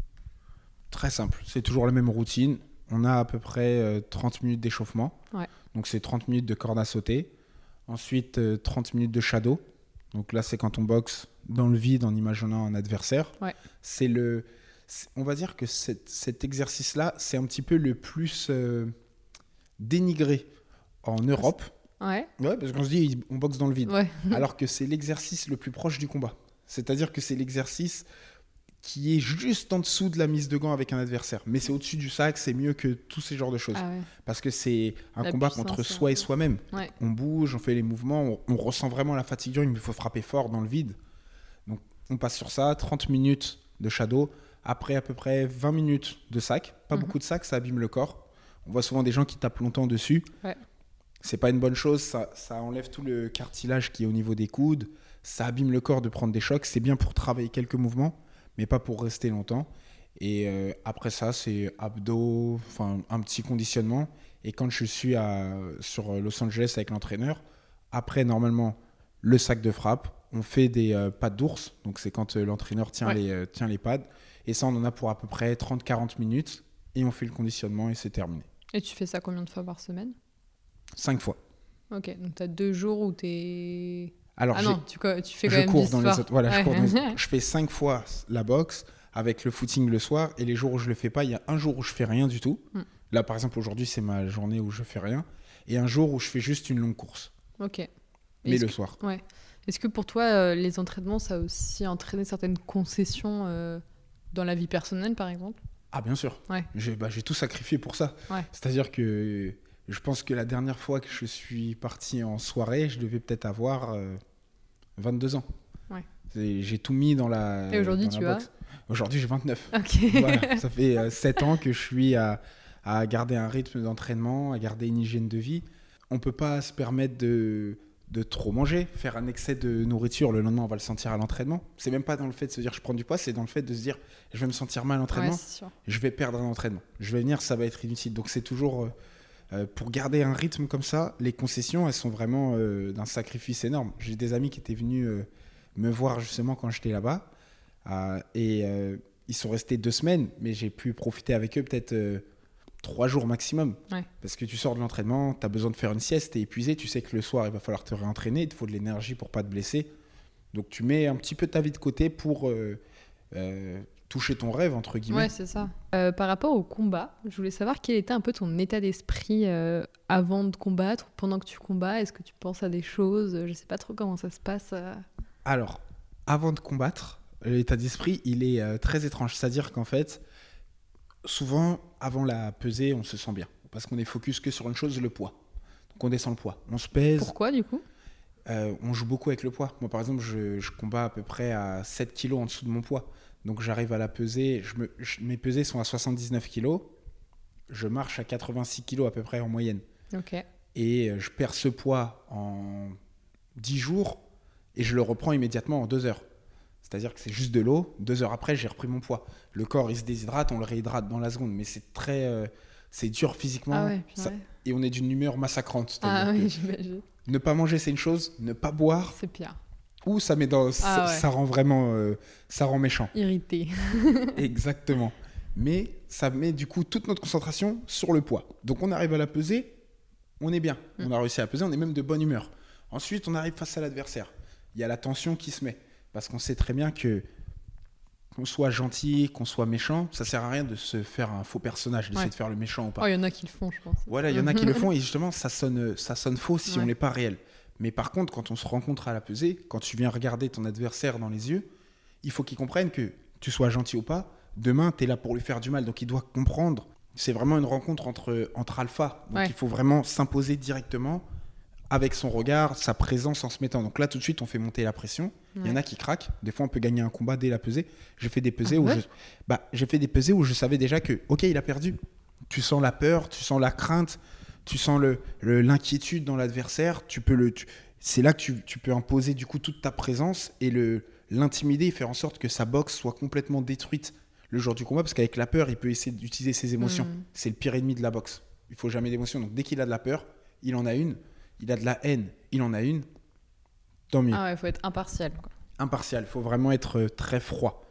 Speaker 2: Très simple. C'est toujours la même routine. On a à peu près euh, trente minutes d'échauffement.
Speaker 1: Ouais.
Speaker 2: Donc, c'est trente minutes de corde à sauter. Ensuite, euh, trente minutes de shadow. Donc là, c'est quand on boxe dans le vide en imaginant un adversaire.
Speaker 1: Ouais.
Speaker 2: C'est le... c'est- On va dire que cet, cet exercice-là, c'est un petit peu le plus euh, dénigré en Europe.
Speaker 1: Ouais,
Speaker 2: Ouais, parce qu'on se dit, on boxe dans le vide.
Speaker 1: ouais.
Speaker 2: Alors que c'est l'exercice le plus proche du combat. C'est-à-dire que c'est l'exercice qui est juste en dessous de la mise de gants avec un adversaire. Mais c'est au-dessus du sac, c'est mieux que tous ces genres de choses.
Speaker 1: Ah ouais.
Speaker 2: Parce que c'est un
Speaker 1: La
Speaker 2: combat
Speaker 1: puissance,
Speaker 2: contre
Speaker 1: ouais.
Speaker 2: soi et soi-même.
Speaker 1: Ouais.
Speaker 2: On bouge, on fait les mouvements, on, on ressent vraiment la fatigue du ring, mais il faut frapper fort dans le vide. Donc on passe sur ça, trente minutes de shadow, après à peu près vingt minutes de sac. Pas
Speaker 1: Mhm.
Speaker 2: beaucoup de sac, ça abîme le corps. On voit souvent des gens qui tapent longtemps dessus.
Speaker 1: Ouais.
Speaker 2: C'est pas une bonne chose, ça, ça enlève tout le cartilage qui est au niveau des coudes, ça abîme le corps de prendre des chocs. C'est bien pour travailler quelques mouvements, mais pas pour rester longtemps. Et euh, après ça, c'est abdos, enfin un petit conditionnement. Et quand je suis à, sur Los Angeles avec l'entraîneur, après normalement le sac de frappe, on fait des euh, pads d'ours. Donc c'est quand euh, l'entraîneur tient,
Speaker 1: Ouais.
Speaker 2: les, euh, tient les pads. Et ça, on en a pour à peu près trente à quarante minutes. Et on fait le conditionnement et c'est terminé.
Speaker 1: Et tu fais ça combien de fois par semaine?
Speaker 2: Cinq fois.
Speaker 1: Ok, donc tu as deux jours où tu es...
Speaker 2: Alors,
Speaker 1: Ah
Speaker 2: j'ai-
Speaker 1: non, tu, co- tu fais quand
Speaker 2: je
Speaker 1: même
Speaker 2: cours
Speaker 1: dix
Speaker 2: dans
Speaker 1: soirs.
Speaker 2: les autres. Voilà, je
Speaker 1: Ouais.
Speaker 2: cours dans les autres. Je fais cinq fois la boxe avec le footing le soir. Et les jours où je le fais pas, il y a un jour où je fais rien du tout.
Speaker 1: Mm.
Speaker 2: Là, par exemple, aujourd'hui, c'est ma journée où je fais rien. Et un jour où je fais juste une longue course.
Speaker 1: Ok.
Speaker 2: Mais
Speaker 1: Est-ce
Speaker 2: le
Speaker 1: que-
Speaker 2: soir.
Speaker 1: Ouais. Est-ce que pour toi, euh, les entraînements, ça a aussi entraîné certaines concessions euh, dans la vie personnelle, par exemple?
Speaker 2: Ah, bien sûr.
Speaker 1: Ouais.
Speaker 2: J'ai bah, j'ai tout sacrifié pour ça.
Speaker 1: Ouais.
Speaker 2: C'est-à-dire que je pense que la dernière fois que je suis parti en soirée, je devais peut-être avoir euh, vingt-deux ans.
Speaker 1: Ouais.
Speaker 2: C'est- J'ai tout mis dans la.
Speaker 1: Et aujourd'hui,
Speaker 2: dans la
Speaker 1: tu as
Speaker 2: boxe. Aujourd'hui, j'ai vingt-neuf.
Speaker 1: Ok.
Speaker 2: Voilà, ça fait euh, sept ans que je suis à, à garder un rythme d'entraînement, à garder une hygiène de vie. On ne peut pas se permettre de, de trop manger, faire un excès de nourriture. Le lendemain, on va le sentir à l'entraînement. C'est même pas dans le fait de se dire je prends du poids, c'est dans le fait de se dire je vais me sentir mal à l'entraînement,
Speaker 1: Ouais, c'est sûr.
Speaker 2: je vais perdre un entraînement. Je vais venir, ça va être inutile. Donc c'est toujours, euh, euh, pour garder un rythme comme ça, les concessions, elles sont vraiment euh, d'un sacrifice énorme. J'ai des amis qui étaient venus euh, me voir justement quand j'étais là-bas. Euh, et euh, ils sont restés deux semaines, mais j'ai pu profiter avec eux peut-être euh, trois jours maximum.
Speaker 1: Ouais.
Speaker 2: Parce que tu sors de l'entraînement, tu as besoin de faire une sieste, tu es épuisé, tu sais que le soir, il va falloir te réentraîner, il te faut de l'énergie pour pas te blesser. Donc tu mets un petit peu ta vie de côté pour euh, euh, toucher ton rêve, entre guillemets.
Speaker 1: Ouais, c'est ça. Euh, par rapport au combat, je voulais savoir quel était un peu ton état d'esprit euh, avant de combattre, pendant que tu combats. Est-ce que tu penses à des choses? Je sais pas trop comment ça se passe. euh.
Speaker 2: Alors, avant de combattre, l'état d'esprit, il est euh, très étrange. C'est-à-dire qu'en fait, souvent, avant la pesée, on se sent bien. Parce qu'on est focus que sur une chose, le poids. Donc on descend le poids. On se pèse.
Speaker 1: Pourquoi, du coup?
Speaker 2: Euh, on joue beaucoup avec le poids. Moi, par exemple, je, je combats à peu près à sept kilos en dessous de mon poids. Donc, j'arrive à la peser. Je me, je- mes pesées sont à soixante-dix-neuf kilos. Je marche à quatre-vingt-six kilos à peu près en moyenne.
Speaker 1: Ok.
Speaker 2: Et euh, je perds ce poids en dix jours et je le reprends immédiatement en deux heures. C'est-à-dire que c'est juste de l'eau. Deux heures après, j'ai repris mon poids. Le corps, il se déshydrate, on le réhydrate dans la seconde. Mais c'est très... euh, c'est dur physiquement.
Speaker 1: Ah ouais,
Speaker 2: Ça-
Speaker 1: purée.
Speaker 2: et on est d'une humeur massacrante. C'est-à-dire
Speaker 1: Ah
Speaker 2: que
Speaker 1: oui, j'imagine.
Speaker 2: ne pas manger, c'est une chose. Ne pas boire,
Speaker 1: C'est pire.
Speaker 2: ou ça met dans... ça,
Speaker 1: Ah ouais.
Speaker 2: ça rend vraiment... euh, ça rend méchant.
Speaker 1: Irrité.
Speaker 2: Exactement. Mais ça met du coup toute notre concentration sur le poids. Donc on arrive à la peser, on est bien.
Speaker 1: Mm.
Speaker 2: On a réussi à peser, on est même de bonne humeur. Ensuite, on arrive face à l'adversaire. Il y a la tension qui se met. Parce qu'on sait très bien que qu'on soit gentil, qu'on soit méchant, ça sert à rien de se faire un faux personnage, d'essayer
Speaker 1: Ouais.
Speaker 2: de faire le méchant ou pas.
Speaker 1: Oh, il y en a qui le font, je pense.
Speaker 2: Voilà, il y en a qui le font et justement, ça sonne, ça sonne faux si
Speaker 1: Ouais.
Speaker 2: on n'est pas réel. Mais par contre, quand on se rencontre à la pesée, quand tu viens regarder ton adversaire dans les yeux, il faut qu'il comprenne que tu sois gentil ou pas, demain, tu es là pour lui faire du mal. Donc, il doit comprendre. C'est vraiment une rencontre entre, entre alpha. Donc,
Speaker 1: Ouais.
Speaker 2: il faut vraiment s'imposer directement avec son regard, sa présence en se mettant. Donc là, tout de suite, on fait monter la pression. Il y en
Speaker 1: Ouais.
Speaker 2: a qui craquent. Des fois, on peut gagner un combat dès la pesée. J'ai fait des pesées
Speaker 1: Ah
Speaker 2: où
Speaker 1: ouais
Speaker 2: je... bah, j'ai fait des pesées où je savais déjà que, ok, il a perdu. Tu sens la peur, tu sens la crainte, tu sens le, le- l'inquiétude dans l'adversaire. Tu peux le, tu- c'est là que tu, tu peux imposer du coup toute ta présence et le, l'intimider et faire en sorte que sa boxe soit complètement détruite le jour du combat. Parce qu'avec la peur, il peut essayer d'utiliser ses émotions.
Speaker 1: Mm.
Speaker 2: C'est le pire ennemi de la boxe. Il faut jamais d'émotion. Donc dès qu'il a de la peur, il en a une. Il a de la haine, il en a une. Tant mieux.
Speaker 1: Ah ouais, faut être impartial, quoi.
Speaker 2: Impartial, il faut vraiment être euh, très froid.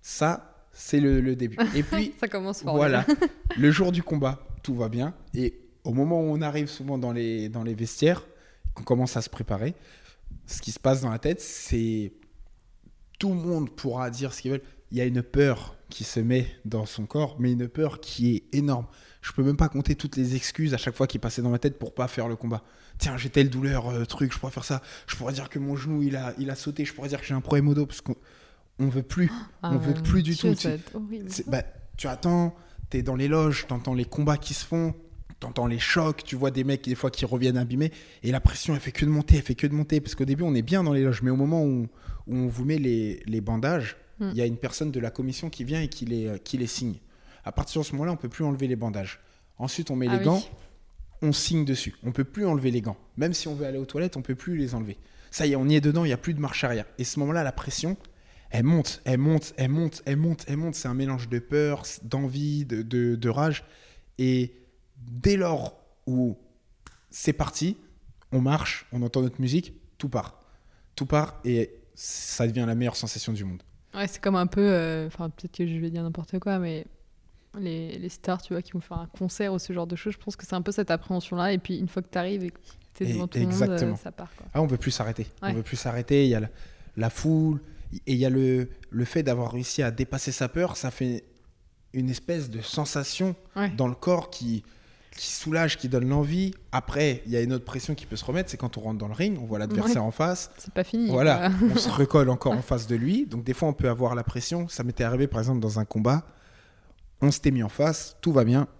Speaker 2: Ça, c'est le, le début. Et puis,
Speaker 1: Ça commence fort.
Speaker 2: voilà, le jour du combat, tout va bien. Et au moment où on arrive souvent dans les, dans les vestiaires, qu'on commence à se préparer, ce qui se passe dans la tête, c'est tout le monde pourra dire ce qu'il veut. Il y a une peur qui se met dans son corps, mais une peur qui est énorme. Je peux même pas compter toutes les excuses à chaque fois qui passaient dans ma tête pour pas faire le combat. Tiens, j'ai telle douleur, euh, truc, je pourrais faire ça. Je pourrais dire que mon genou il a, il a sauté. Je pourrais dire que j'ai un problème au dos parce qu'on on veut plus.
Speaker 1: Ah,
Speaker 2: on veut plus du
Speaker 1: Dieu,
Speaker 2: tout.
Speaker 1: ça va
Speaker 2: Tu,
Speaker 1: être horrible.
Speaker 2: c'est- bah, tu attends, t'es dans les loges, t'entends les combats qui se font, t'entends les chocs, tu vois des mecs des fois qui reviennent abîmés, et la pression elle fait que de monter, elle fait que de monter, parce qu'au début on est bien dans les loges, mais au moment où, où on vous met les, les bandages, il
Speaker 1: Mm.
Speaker 2: y a une personne de la commission qui vient et qui les, qui les signe. À partir de ce moment-là, on peut plus enlever les bandages. Ensuite, on met
Speaker 1: Ah
Speaker 2: les
Speaker 1: oui.
Speaker 2: gants, on signe dessus. On peut plus enlever les gants. Même si on veut aller aux toilettes, on peut plus les enlever. Ça y est, on y est dedans, il n'y a plus de marche arrière. Et à ce moment-là, la pression, elle monte, elle monte, elle monte, elle monte, elle monte. C'est un mélange de peur, d'envie, de, de, de rage. Et dès lors où c'est parti, on marche, on entend notre musique, tout part. Tout part et ça devient la meilleure sensation du monde.
Speaker 1: Ouais, c'est comme un peu. euh, Enfin, peut-être que je vais dire n'importe quoi, mais les, les stars, tu vois, qui vont faire un concert ou ce genre de choses, je pense que c'est un peu cette appréhension-là. Et puis, une fois que tu arrives et que tu es
Speaker 2: Et-
Speaker 1: devant tout le monde,
Speaker 2: exactement.
Speaker 1: euh, ça part. Quoi.
Speaker 2: Ah, on veut plus s'arrêter.
Speaker 1: Ouais.
Speaker 2: On veut plus s'arrêter. Il y a la, la foule et il y a le, le fait d'avoir réussi à dépasser sa peur. Ça fait une espèce de sensation
Speaker 1: Ouais.
Speaker 2: dans le corps qui, qui soulage, qui donne l'envie. Après, il y a une autre pression qui peut se remettre, c'est quand on rentre dans le ring, on voit l'adversaire
Speaker 1: Ouais.
Speaker 2: en face.
Speaker 1: C'est pas fini.
Speaker 2: Voilà,
Speaker 1: quoi.
Speaker 2: on se recolle encore en face de lui. Donc des fois, on peut avoir la pression. Ça m'était arrivé, par exemple, dans un combat. On s'était mis en face, tout va bien.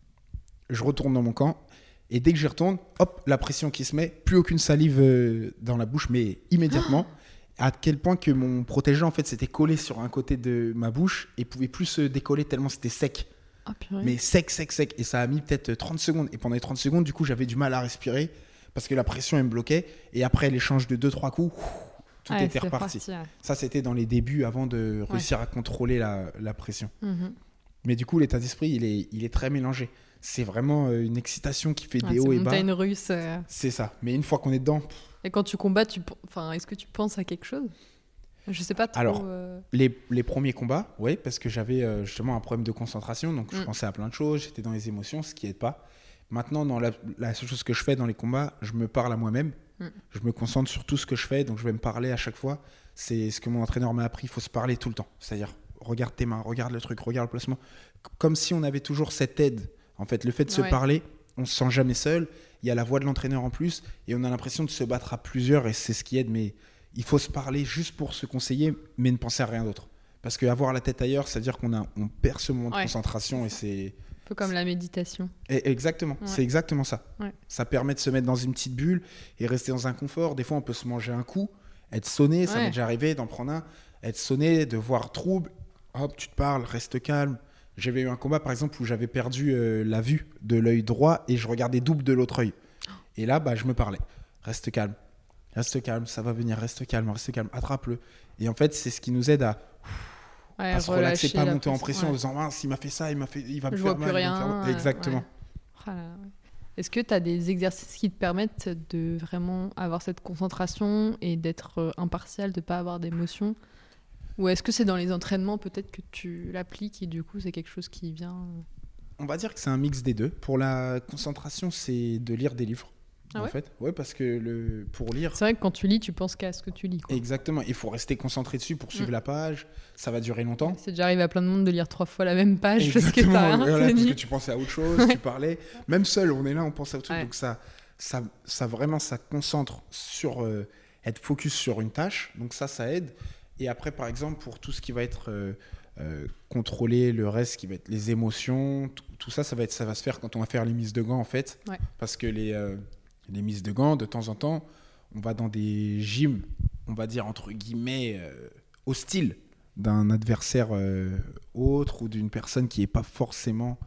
Speaker 2: Je retourne dans mon camp. Et dès que j'y retourne, hop, la pression qui se met. Plus aucune salive euh, dans la bouche, mais immédiatement. À quel point que mon protégé, en fait, s'était collé sur un côté de ma bouche et pouvait plus se décoller tellement c'était sec.
Speaker 1: Ah, purée.
Speaker 2: Mais sec, sec, sec. Et ça a mis peut-être trente secondes. Et pendant les trente secondes, du coup, j'avais du mal à respirer parce que la pression, elle me bloquait. Et après l'échange de deux trois coups, tout
Speaker 1: Ouais,
Speaker 2: était
Speaker 1: c'est
Speaker 2: reparti.
Speaker 1: ouais.
Speaker 2: Ça, c'était dans les débuts avant de réussir à contrôler la, la pression.
Speaker 1: Mhm.
Speaker 2: Mais du coup, l'état d'esprit, il est, il est très mélangé. C'est vraiment euh, une excitation qui fait
Speaker 1: Ouais,
Speaker 2: des
Speaker 1: c'est
Speaker 2: hauts et bas.
Speaker 1: montagne russe. euh.
Speaker 2: C'est ça. Mais une fois qu'on est dedans,
Speaker 1: Et quand tu combats, tu... pen- enfin, est-ce que tu penses à quelque chose? Je sais pas trop.
Speaker 2: Alors,
Speaker 1: euh,
Speaker 2: les, les premiers combats, oui, parce que j'avais euh, justement un problème de concentration, donc je
Speaker 1: Mm.
Speaker 2: pensais à plein de choses, j'étais dans les émotions, ce qui n'aide pas. Maintenant, dans la, la seule chose que je fais dans les combats, je me parle à moi-même,
Speaker 1: Mm.
Speaker 2: je me concentre sur tout ce que je fais, donc je vais me parler à chaque fois. C'est ce que mon entraîneur m'a appris, il faut se parler tout le temps. C'est-à-dire, regarde tes mains, regarde le truc, regarde le placement. C- Comme si on avait toujours cette aide. En fait, le fait de se
Speaker 1: Ouais.
Speaker 2: parler, on ne se sent jamais seul. Il y a la voix de l'entraîneur en plus, et on a l'impression de se battre à plusieurs, et c'est ce qui aide. Mais il faut se parler juste pour se conseiller, mais ne penser à rien d'autre. Parce qu'avoir la tête ailleurs, c'est-à-dire qu'on a, on perd ce moment de
Speaker 1: Ouais,
Speaker 2: concentration, et
Speaker 1: c'est
Speaker 2: c'est...
Speaker 1: un peu comme la méditation.
Speaker 2: Et exactement,
Speaker 1: Ouais.
Speaker 2: c'est exactement ça.
Speaker 1: Ouais.
Speaker 2: Ça permet de se mettre dans une petite bulle et rester dans un confort. Des fois, on peut se manger un coup, être sonné, ça
Speaker 1: Ouais.
Speaker 2: m'est déjà arrivé d'en prendre un, être sonné, de voir trouble. Hop, tu te parles, reste calme. J'avais eu un combat, par exemple, où j'avais perdu euh, la vue de l'œil droit et je regardais double de l'autre œil. Et là, bah, je me parlais. Reste calme, reste calme, ça va venir, reste calme, reste calme, attrape-le. Et en fait, c'est ce qui nous aide à,
Speaker 1: Ouais,
Speaker 2: à se relaxer,
Speaker 1: relâcher
Speaker 2: pas
Speaker 1: la
Speaker 2: monter en pression
Speaker 1: ouais.
Speaker 2: en disant mince, il m'a fait ça, il, m'a fait, il va me
Speaker 1: Je
Speaker 2: faire
Speaker 1: vois plus
Speaker 2: mal. il va me faire
Speaker 1: rien.
Speaker 2: mal.
Speaker 1: euh,
Speaker 2: Exactement.
Speaker 1: ouais. Ah là là, ouais. Est-ce que tu as des exercices qui te permettent de vraiment avoir cette concentration et d'être euh, impartial, de ne pas avoir d'émotion? Ou est-ce que c'est dans les entraînements peut-être que tu l'appliques et du coup c'est quelque chose qui vient...
Speaker 2: On va dire que c'est un mix des deux. Pour la concentration, c'est de lire des livres.
Speaker 1: Ah
Speaker 2: en
Speaker 1: ouais
Speaker 2: fait, ouais, parce que le pour lire,
Speaker 1: C'est vrai que quand tu lis, tu penses qu'à ce que tu lis. Quoi.
Speaker 2: exactement, il faut rester concentré dessus pour suivre
Speaker 1: Mm.
Speaker 2: la page. Ça va durer longtemps.
Speaker 1: C'est déjà arrivé à plein de monde de lire trois fois la même page parce que
Speaker 2: Exactement,
Speaker 1: t'as rien
Speaker 2: voilà, parce
Speaker 1: retenu.
Speaker 2: que tu pensais à autre chose,
Speaker 1: Ouais.
Speaker 2: tu parlais. Même seul, on est là, on pense à autre chose.
Speaker 1: Ouais.
Speaker 2: Donc ça, ça, ça vraiment, ça concentre sur euh, être focus sur une tâche. Donc ça, ça aide. Et après, par exemple, pour tout ce qui va être euh, euh, contrôler le reste, qui va être les émotions, tout, tout ça, ça va être, ça va se faire quand on va faire les mises de gants en fait.
Speaker 1: Ouais.
Speaker 2: Parce que les euh, les mises de gants, de temps en temps, on va dans des gyms, on va dire entre guillemets euh, hostiles d'un adversaire euh, autre ou d'une personne qui n'est pas forcément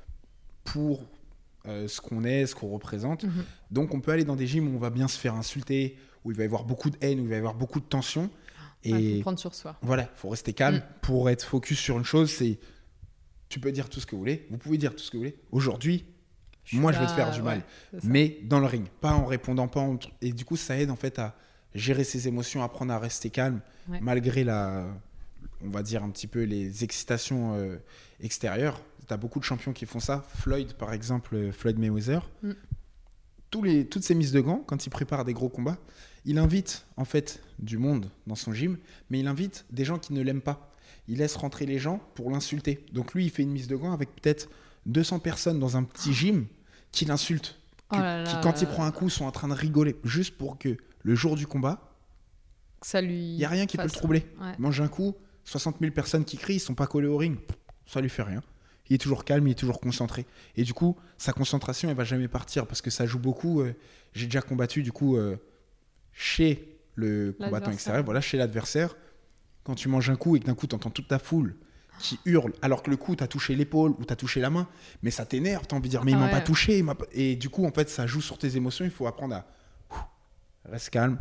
Speaker 2: pour euh, ce qu'on est, ce qu'on représente.
Speaker 1: Mhm.
Speaker 2: Donc on peut aller dans des gyms où on va bien se faire insulter, où il va y avoir beaucoup de haine, où il va y avoir beaucoup de tension.
Speaker 1: Ouais,
Speaker 2: Et
Speaker 1: faut prendre sur soi.
Speaker 2: voilà, il faut rester calme
Speaker 1: Mm.
Speaker 2: pour être focus sur une chose. C'est, tu peux dire tout ce que vous voulez, vous pouvez dire tout ce que vous voulez. Aujourd'hui,
Speaker 1: suis
Speaker 2: moi je vais
Speaker 1: là,
Speaker 2: te faire du mal,
Speaker 1: ouais, c'est ça.
Speaker 2: mais dans le ring, pas en répondant, pas en... Et du coup, ça aide en fait à gérer ses émotions, apprendre à rester calme,
Speaker 1: Ouais.
Speaker 2: malgré la, on va dire un petit peu les excitations euh, extérieures. Tu as beaucoup de champions qui font ça. Floyd, par exemple, euh, Floyd Mayweather.
Speaker 1: Mm.
Speaker 2: Tous les, toutes ces mises de gants, quand il prépare des gros combats, il invite en fait du monde dans son gym, mais il invite des gens qui ne l'aiment pas. Il laisse rentrer les gens pour l'insulter. Donc lui, il fait une mise de gants avec peut-être deux cents personnes dans un petit gym qui l'insultent.
Speaker 1: Oh
Speaker 2: que-
Speaker 1: là
Speaker 2: qui,
Speaker 1: là
Speaker 2: quand
Speaker 1: là
Speaker 2: il
Speaker 1: là.
Speaker 2: prend un coup, sont en train de rigoler. Juste pour que le jour du combat,
Speaker 1: Ça lui.
Speaker 2: il n'y a rien qui peut le
Speaker 1: fasse-
Speaker 2: troubler.
Speaker 1: Ouais.
Speaker 2: Mange un coup, soixante mille personnes qui crient, ils sont pas collés au ring. Ça lui fait rien. Il est toujours calme, il est toujours concentré. Et du coup, sa concentration, elle va jamais partir parce que ça joue beaucoup. Euh, j'ai déjà combattu du coup euh, chez le combattant extérieur, voilà, chez l'adversaire. Quand tu manges un coup et que d'un coup, tu entends toute ta foule qui hurle, alors que le coup, tu as touché l'épaule ou tu as touché la main, mais ça t'énerve, tu as envie de dire, mais il
Speaker 1: ah
Speaker 2: m'a
Speaker 1: ouais.
Speaker 2: pas touché. M'a pas... Et du coup, en fait, ça joue sur tes émotions. Il faut apprendre à... Reste calme.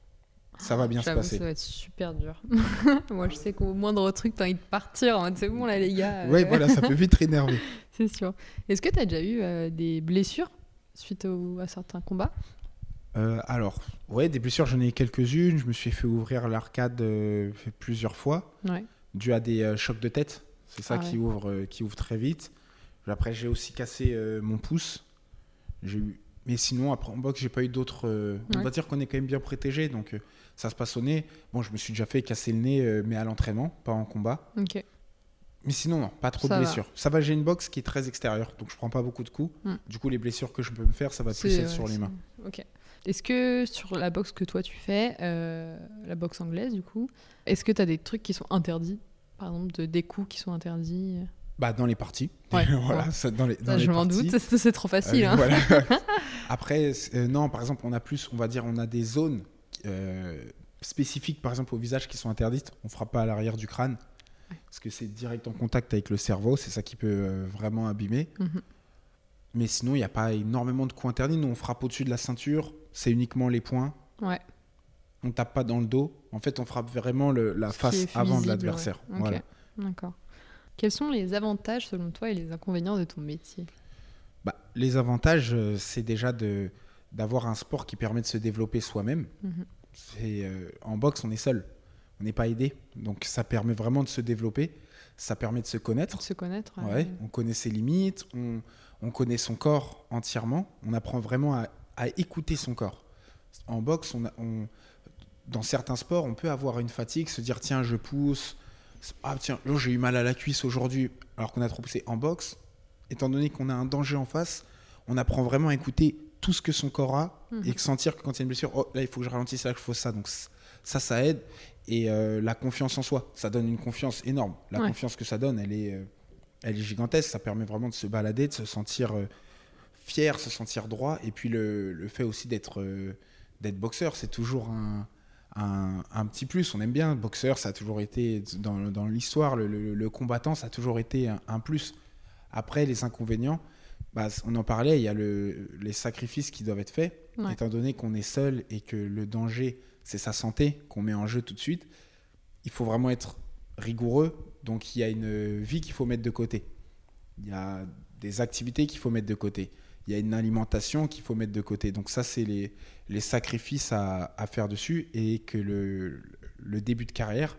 Speaker 2: Ça va bien
Speaker 1: J'avoue,
Speaker 2: se passer.
Speaker 1: Ça va être super dur. Moi, je sais qu'au moindre truc, t'as envie de partir. En mode, c'est bon, là, les gars. Euh...
Speaker 2: Ouais, voilà, ça peut vite énerver.
Speaker 1: C'est sûr. Est-ce que t'as déjà eu euh, des blessures suite au... à certains combats?
Speaker 2: euh, Alors, ouais, des blessures, j'en ai eu quelques-unes. Je me suis fait ouvrir l'arcade euh, plusieurs fois,
Speaker 1: ouais.
Speaker 2: dû à des euh, chocs de tête. C'est ça
Speaker 1: ah
Speaker 2: qui,
Speaker 1: ouais.
Speaker 2: ouvre, euh, qui ouvre très vite. Après, j'ai aussi cassé euh, mon pouce. J'ai eu... Mais sinon, après, en boxe, j'ai pas eu d'autres... Euh... Ouais. On va dire qu'on est quand même bien protégé, donc... Euh... Ça se passe au nez. Bon, je me suis déjà fait casser le nez, euh, mais à l'entraînement, pas en combat.
Speaker 1: Ok.
Speaker 2: Mais sinon, non, pas trop
Speaker 1: ça
Speaker 2: de blessures.
Speaker 1: Va.
Speaker 2: Ça va, j'ai une boxe qui est très extérieure, donc je prends pas beaucoup de coups. Mm. Du coup, les blessures que je peux me faire, ça va
Speaker 1: c'est,
Speaker 2: plus être
Speaker 1: ouais,
Speaker 2: sur les mains.
Speaker 1: Ok. Est-ce que sur la boxe que toi tu fais, euh, la boxe anglaise du coup, est-ce que tu as des trucs qui sont interdits? Par exemple, de, des coups qui sont interdits?
Speaker 2: Bah, dans les parties.
Speaker 1: Ouais,
Speaker 2: voilà,
Speaker 1: ouais.
Speaker 2: Ça, dans les, dans
Speaker 1: ça,
Speaker 2: les
Speaker 1: je m'en
Speaker 2: parties.
Speaker 1: doute, c'est, c'est trop facile. Euh, hein.
Speaker 2: Voilà. Après, euh, non, par exemple, on a plus, on va dire, on a des zones euh, spécifiques, par exemple, au visage qui sont interdites. On ne frappe pas à l'arrière du crâne, ouais. Parce que c'est direct en contact avec le cerveau. C'est ça qui peut euh, vraiment abîmer. Mm-hmm. Mais sinon, il n'y a pas énormément de coups interdits. Nous, on frappe au-dessus de la ceinture. C'est uniquement les poings.
Speaker 1: Ouais.
Speaker 2: On ne tape pas dans le dos. En fait, on frappe vraiment le, la Ce face avant visible, de l'adversaire.
Speaker 1: Ouais. Okay.
Speaker 2: Voilà.
Speaker 1: D'accord. Quels sont les avantages, selon toi, et les inconvénients de ton métier?
Speaker 2: Bah, les avantages, euh, c'est déjà de, d'avoir un sport qui permet de se développer soi-même. Mm-hmm. C'est, euh, en boxe, on est seul. On n'est pas aidé. Donc, ça permet vraiment de se développer. Ça permet de se connaître.
Speaker 1: De se connaître,
Speaker 2: ouais.
Speaker 1: ouais.
Speaker 2: On connaît ses limites. On, on connaît son corps entièrement. On apprend vraiment à, à écouter son corps. En boxe, on a, on, dans certains sports, on peut avoir une fatigue, se dire « Tiens, je pousse. Ah, tiens, oh, j'ai eu mal à la cuisse aujourd'hui. » Alors qu'on a trop poussé. En boxe, étant donné qu'on a un danger en face, on apprend vraiment à écouter tout ce que son corps a mmh. et sentir que quand il y a une blessure, oh, là, il faut que je ralentisse, là, que je fasse ça. Donc ça, ça aide. Et euh, la confiance en soi, ça donne une confiance énorme. La ouais. confiance que ça donne, elle est, euh, elle est gigantesque. Ça permet vraiment de se balader, de se sentir euh, fier, se sentir droit. Et puis le, le fait aussi d'être, euh, d'être boxeur, c'est toujours un, un, un petit plus. On aime bien. Boxeur, ça a toujours été, dans, dans l'histoire, le, le, le combattant, ça a toujours été un, un plus. Après, les inconvénients, bah, on en parlait, il y a le, les sacrifices qui doivent être faits, ouais. étant donné qu'on est seul et que le danger, c'est sa santé qu'on met en jeu tout de suite. Il faut vraiment être rigoureux, donc il y a une vie qu'il faut mettre de côté. Il y a des activités qu'il faut mettre de côté. Il y a une alimentation qu'il faut mettre de côté. Donc ça, c'est les, les sacrifices à, à faire dessus et que le, le début de carrière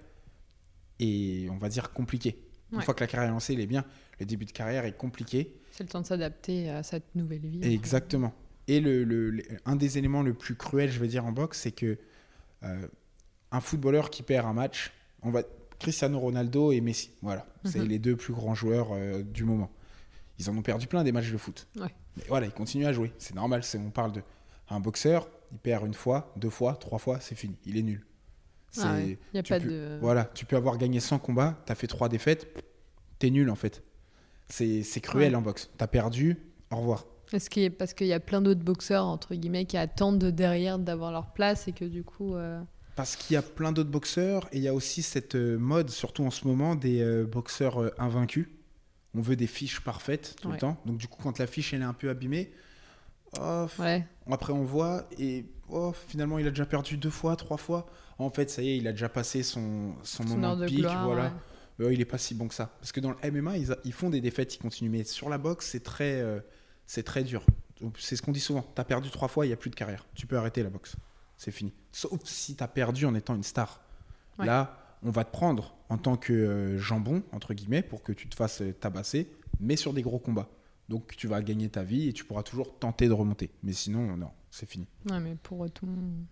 Speaker 2: est, on va dire, compliqué. Ouais. Une fois que la carrière est lancée, il est bien. Le début de carrière est compliqué.
Speaker 1: C'est le temps de s'adapter à cette nouvelle vie.
Speaker 2: Exactement. Et le, le, le, un des éléments le plus cruels, je veux dire, en boxe, c'est que euh, un footballeur qui perd un match, on va Cristiano Ronaldo et Messi, voilà, mm-hmm. c'est les deux plus grands joueurs euh, du moment. Ils en ont perdu plein des matchs de foot.
Speaker 1: Ouais.
Speaker 2: Mais voilà, ils continuent à jouer. C'est normal. C'est, on parle de un boxeur, il perd une fois, deux fois, trois fois, c'est fini. Il est nul.
Speaker 1: C'est, ah ouais. Y a pas
Speaker 2: peux,
Speaker 1: de...
Speaker 2: Voilà, tu peux avoir gagné cent combats, t'as fait trois défaites, t'es nul en fait. C'est, c'est cruel ouais. en boxe. T'as perdu, au revoir.
Speaker 1: Est-ce qu'il y a, parce qu'il y a plein d'autres boxeurs, entre guillemets, qui attendent de derrière d'avoir leur place et que du coup... Euh...
Speaker 2: Parce qu'il y a plein d'autres boxeurs et il y a aussi cette mode, surtout en ce moment, des euh, boxeurs euh, invaincus. On veut des fiches parfaites tout ouais. le temps. Donc du coup, quand la fiche elle est un peu abîmée, oh,
Speaker 1: ouais.
Speaker 2: après on voit et oh, finalement il a déjà perdu deux fois, trois fois. En fait, ça y est, il a déjà passé son, son, son moment de pic. Gloire, voilà. Ouais. Euh, il n'est pas si bon que ça. Parce que dans le M M A, ils, a, ils font des défaites, ils continuent. Mais sur la boxe, c'est très, euh, c'est très dur. Donc, c'est ce qu'on dit souvent. Tu as perdu trois fois, il n'y a plus de carrière. Tu peux arrêter la boxe. C'est fini. Sauf si tu as perdu en étant une star. Ouais. Là, on va te prendre en tant que euh, jambon, entre guillemets, pour que tu te fasses euh, tabasser, mais sur des gros combats. Donc, tu vas gagner ta vie et tu pourras toujours tenter de remonter. Mais sinon, non, c'est fini.
Speaker 1: Ouais, mais pour ton,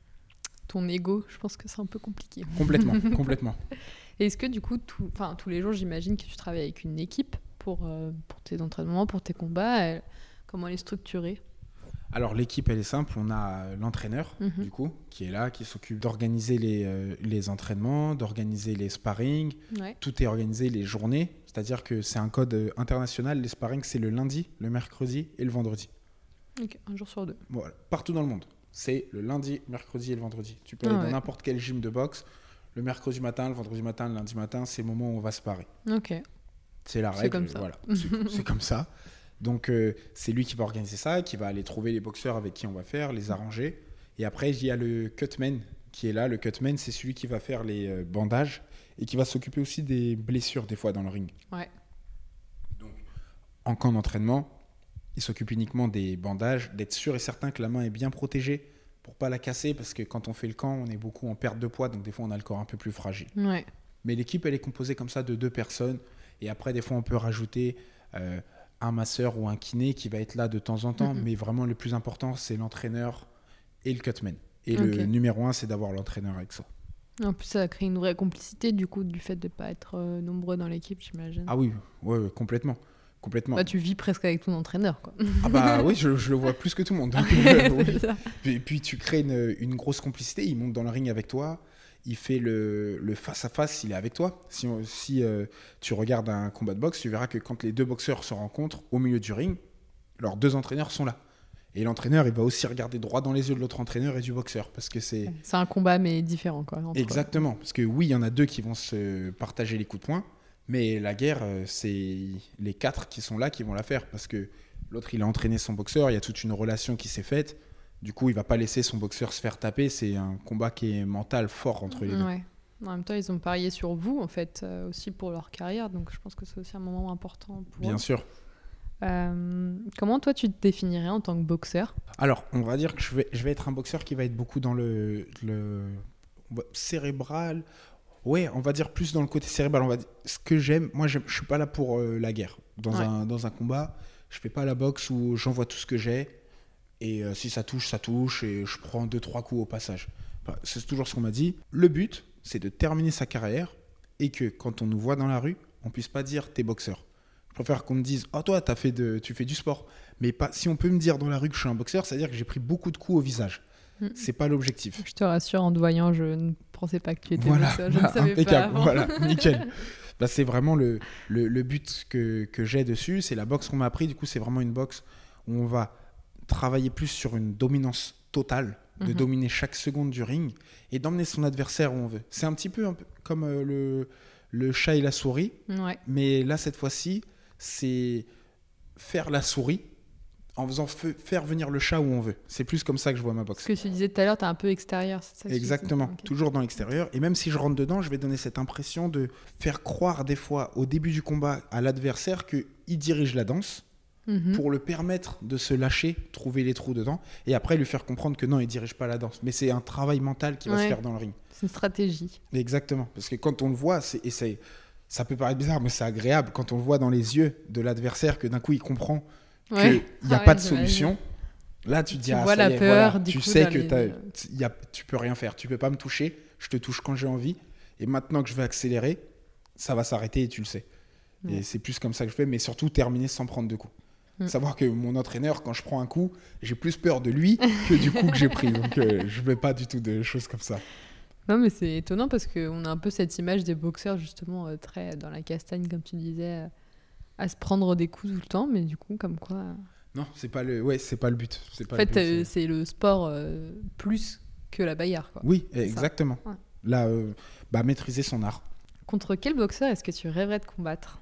Speaker 1: ton ego, je pense que c'est un peu compliqué.
Speaker 2: Complètement, complètement.
Speaker 1: Et est-ce que du coup, tout, tous les jours, j'imagine que tu travailles avec une équipe pour, euh, pour tes entraînements, pour tes combats. Elle, comment elle est structurée ?
Speaker 2: Alors l'équipe, elle est simple. On a l'entraîneur,
Speaker 1: Mhm.
Speaker 2: du coup, qui est là, qui s'occupe d'organiser les, euh, les entraînements, d'organiser les sparring.
Speaker 1: Ouais.
Speaker 2: Tout est organisé les journées. C'est-à-dire que c'est un code euh, international. Les sparring, c'est le lundi, le mercredi et le vendredi.
Speaker 1: Ok, un jour sur deux.
Speaker 2: Voilà, partout dans le monde. C'est le lundi, mercredi et le vendredi. Tu peux
Speaker 1: Ah
Speaker 2: aller
Speaker 1: ouais.
Speaker 2: dans n'importe quel gym de boxe. Le mercredi matin, le vendredi matin, le lundi matin, c'est le moment où on va sparer.
Speaker 1: Ok.
Speaker 2: C'est la
Speaker 1: C'est
Speaker 2: règle.
Speaker 1: comme ça.
Speaker 2: Voilà, c'est, c'est comme ça. Donc, euh, c'est lui qui va organiser ça, qui va aller trouver les boxeurs avec qui on va faire, les arranger. Et après, il y a le cutman qui est là. Le cutman, c'est celui qui va faire les euh, bandages et qui va s'occuper aussi des blessures, des fois, dans le ring.
Speaker 1: Ouais.
Speaker 2: Donc, en camp d'entraînement, il s'occupe uniquement des bandages, d'être sûr et certain que la main est bien protégée pour pas la casser, parce que quand on fait le camp, on est beaucoup en perte de poids, donc des fois, on a le corps un peu plus fragile.
Speaker 1: Ouais.
Speaker 2: Mais l'équipe, elle est composée comme ça de deux personnes. Et après, des fois, on peut rajouter euh, un masseur ou un kiné qui va être là de temps en temps.
Speaker 1: Mhm.
Speaker 2: Mais vraiment, le plus important, c'est l'entraîneur et le cutman. Et
Speaker 1: Ok.
Speaker 2: le numéro un, c'est d'avoir l'entraîneur avec ça.
Speaker 1: En plus, ça a créé une vraie complicité du coup du fait de pas être euh, nombreux dans l'équipe, j'imagine.
Speaker 2: Ah oui, ouais, ouais, complètement. complètement.
Speaker 1: Bah, tu vis presque avec ton entraîneur, quoi.
Speaker 2: Ah bah oui, je, je le vois plus que tout le monde. Donc, euh, oui.
Speaker 1: C'est ça.
Speaker 2: Puis, puis tu crées une, une grosse complicité. Il monte dans le ring avec toi. Il fait le, le face-à-face, il est avec toi. Si, on- si euh, tu regardes un combat de boxe, tu verras que quand les deux boxeurs se rencontrent au milieu du ring, leurs deux entraîneurs sont là. Et l'entraîneur, il va aussi regarder droit dans les yeux de l'autre entraîneur et du boxeur. Parce que c'est...
Speaker 1: C'est un combat, mais différent, quoi. entre-
Speaker 2: Exactement. Parce que oui, il y en a deux qui vont se partager les coups de poing. Mais la guerre, euh, c'est les quatre qui sont là qui vont la faire. Parce que l'autre, il a entraîné son boxeur. Il y a toute une relation qui s'est faite. Du coup, il va pas laisser son boxeur se faire taper. C'est un combat qui est mental fort entre les deux.
Speaker 1: Ouais. En même temps, ils ont parié sur vous, en fait, euh, aussi pour leur carrière. Donc, je pense que c'est aussi un moment important pour
Speaker 2: Bien
Speaker 1: eux.
Speaker 2: sûr.
Speaker 1: Euh, comment toi, tu te définirais en tant que boxeur?
Speaker 2: Alors, on va dire que je vais, je vais être un boxeur qui va être beaucoup dans le, le on va- cérébral. Ouais, on va dire plus dans le côté cérébral. On va dire, ce que j'aime, moi, j'aime- je suis pas là pour euh, la guerre. Dans,
Speaker 1: Ouais.
Speaker 2: un, dans un combat, je fais pas la boxe où j'envoie tout ce que j'ai. Et euh, si ça touche, ça touche. Et je prends deux, trois coups au passage. Enfin, c'est toujours ce qu'on m'a dit. Le but, c'est de terminer sa carrière et que quand on nous voit dans la rue, on puisse pas dire t'es boxeur. Je préfère qu'on me dise oh toi t'as fait de, tu fais du sport, mais pas si on peut me dire dans la rue que je suis un boxeur, c'est à dire que j'ai pris beaucoup de coups au visage.
Speaker 1: Mm.
Speaker 2: C'est pas l'objectif.
Speaker 1: Je te rassure, en te voyant, je ne pensais pas que tu étais
Speaker 2: Voilà,
Speaker 1: boxeur. Je
Speaker 2: bah,
Speaker 1: ne savais
Speaker 2: impeccable.
Speaker 1: pas avant.
Speaker 2: Voilà, nickel. Bah, c'est vraiment le, le, le but que, que j'ai dessus. C'est la boxe qu'on m'a appris. Du coup, c'est vraiment une boxe où on va travailler plus sur une dominance totale, de
Speaker 1: Mhm.
Speaker 2: dominer chaque seconde du ring et d'emmener son adversaire où on veut. C'est un petit peu, un peu comme euh, le, le chat et la souris,
Speaker 1: Ouais.
Speaker 2: mais là, cette fois-ci, c'est faire la souris en faisant fe- faire venir le chat où on veut. C'est plus comme ça que je vois ma boxe.
Speaker 1: Ce que tu disais tout à l'heure, t'es un peu extérieur, c'est ça que tu
Speaker 2: Exactement,
Speaker 1: disais. Ok.
Speaker 2: toujours dans l'extérieur. Et même si je rentre dedans, je vais donner cette impression de faire croire des fois au début du combat à l'adversaire qu'il dirige la danse
Speaker 1: Mhm.
Speaker 2: pour le permettre de se lâcher, trouver les trous dedans, et après lui faire comprendre que non, il dirige pas la danse. Mais c'est un travail mental qui va
Speaker 1: Ouais.
Speaker 2: se faire dans le ring.
Speaker 1: C'est une stratégie.
Speaker 2: Exactement, parce que quand on le voit, c'est, et c'est, ça peut paraître bizarre, mais c'est agréable quand on le voit dans les yeux de l'adversaire que d'un coup il comprend
Speaker 1: Ouais.
Speaker 2: qu'il n'y a
Speaker 1: Ah
Speaker 2: pas
Speaker 1: ouais,
Speaker 2: de
Speaker 1: j'imagine.
Speaker 2: solution. Là, tu te dis,
Speaker 1: Tu
Speaker 2: ah,
Speaker 1: vois
Speaker 2: ça
Speaker 1: la
Speaker 2: y est,
Speaker 1: peur,
Speaker 2: voilà.
Speaker 1: du
Speaker 2: tu
Speaker 1: coup,
Speaker 2: sais
Speaker 1: dans
Speaker 2: que
Speaker 1: les
Speaker 2: t'as-
Speaker 1: yeux.
Speaker 2: t- y a, tu peux rien faire, tu peux pas me toucher, je te touche quand j'ai envie, et maintenant que je vais accélérer, ça va s'arrêter et tu le sais.
Speaker 1: Ouais.
Speaker 2: Et c'est plus comme ça que je fais, mais surtout terminer sans prendre de coups.
Speaker 1: Mm.
Speaker 2: Savoir que mon entraîneur, quand je prends un coup, j'ai plus peur de lui que du coup que j'ai pris. Donc, euh, je ne veux pas du tout de choses comme ça.
Speaker 1: Non, mais c'est étonnant parce qu'on a un peu cette image des boxeurs, justement, euh, très dans la castagne, comme tu disais, euh, à se prendre des coups tout le temps, mais du coup, comme quoi. euh,
Speaker 2: Non, c'est pas le, ouais, c'est pas le but. C'est pas
Speaker 1: En
Speaker 2: le
Speaker 1: fait,
Speaker 2: but,
Speaker 1: euh,
Speaker 2: c'est-
Speaker 1: c'est le sport euh, plus que la bagarre, quoi.
Speaker 2: Oui,
Speaker 1: ça.
Speaker 2: exactement.
Speaker 1: Ouais.
Speaker 2: Là, euh, bah, maîtriser son art.
Speaker 1: Contre quel boxeur est-ce que tu rêverais de combattre?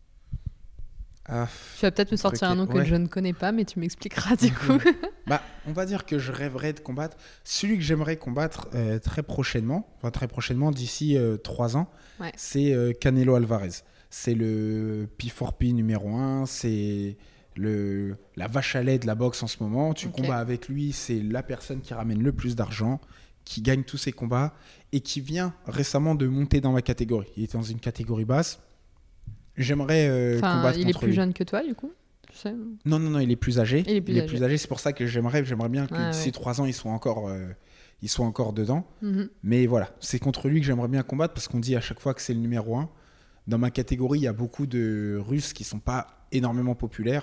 Speaker 2: Ah,
Speaker 1: Tu vas peut-être me sortir
Speaker 2: Contre
Speaker 1: un nom
Speaker 2: quel-
Speaker 1: que
Speaker 2: ouais.
Speaker 1: je ne connais pas, mais tu m'expliqueras du coup.
Speaker 2: Bah, on va dire que je rêverais de combattre. Celui que j'aimerais combattre euh, très prochainement, enfin très prochainement, d'ici euh, trois ans,
Speaker 1: Ouais.
Speaker 2: c'est euh, Canelo Alvarez. C'est le P quatre P numéro un, c'est le, la vache à lait de la boxe en ce moment. Tu
Speaker 1: Ok.
Speaker 2: combats avec lui, c'est la personne qui ramène le plus d'argent, qui gagne tous ses combats et qui vient récemment de monter dans ma catégorie. Il était dans une catégorie basse. J'aimerais euh,
Speaker 1: Enfin,
Speaker 2: combattre
Speaker 1: il est
Speaker 2: contre
Speaker 1: plus
Speaker 2: lui.
Speaker 1: jeune que toi, du coup, tu sais.
Speaker 2: Non, non, non, il est plus âgé.
Speaker 1: Il est plus âgé.
Speaker 2: C'est pour ça que j'aimerais, j'aimerais bien que
Speaker 1: Ah,
Speaker 2: d'ici
Speaker 1: ouais.
Speaker 2: trois ans, ils soient encore, euh, ils soient encore dedans.
Speaker 1: Mhm.
Speaker 2: Mais voilà, c'est contre lui que j'aimerais bien combattre parce qu'on dit à chaque fois que c'est le numéro un. Dans ma catégorie, il y a beaucoup de Russes qui sont pas énormément populaires.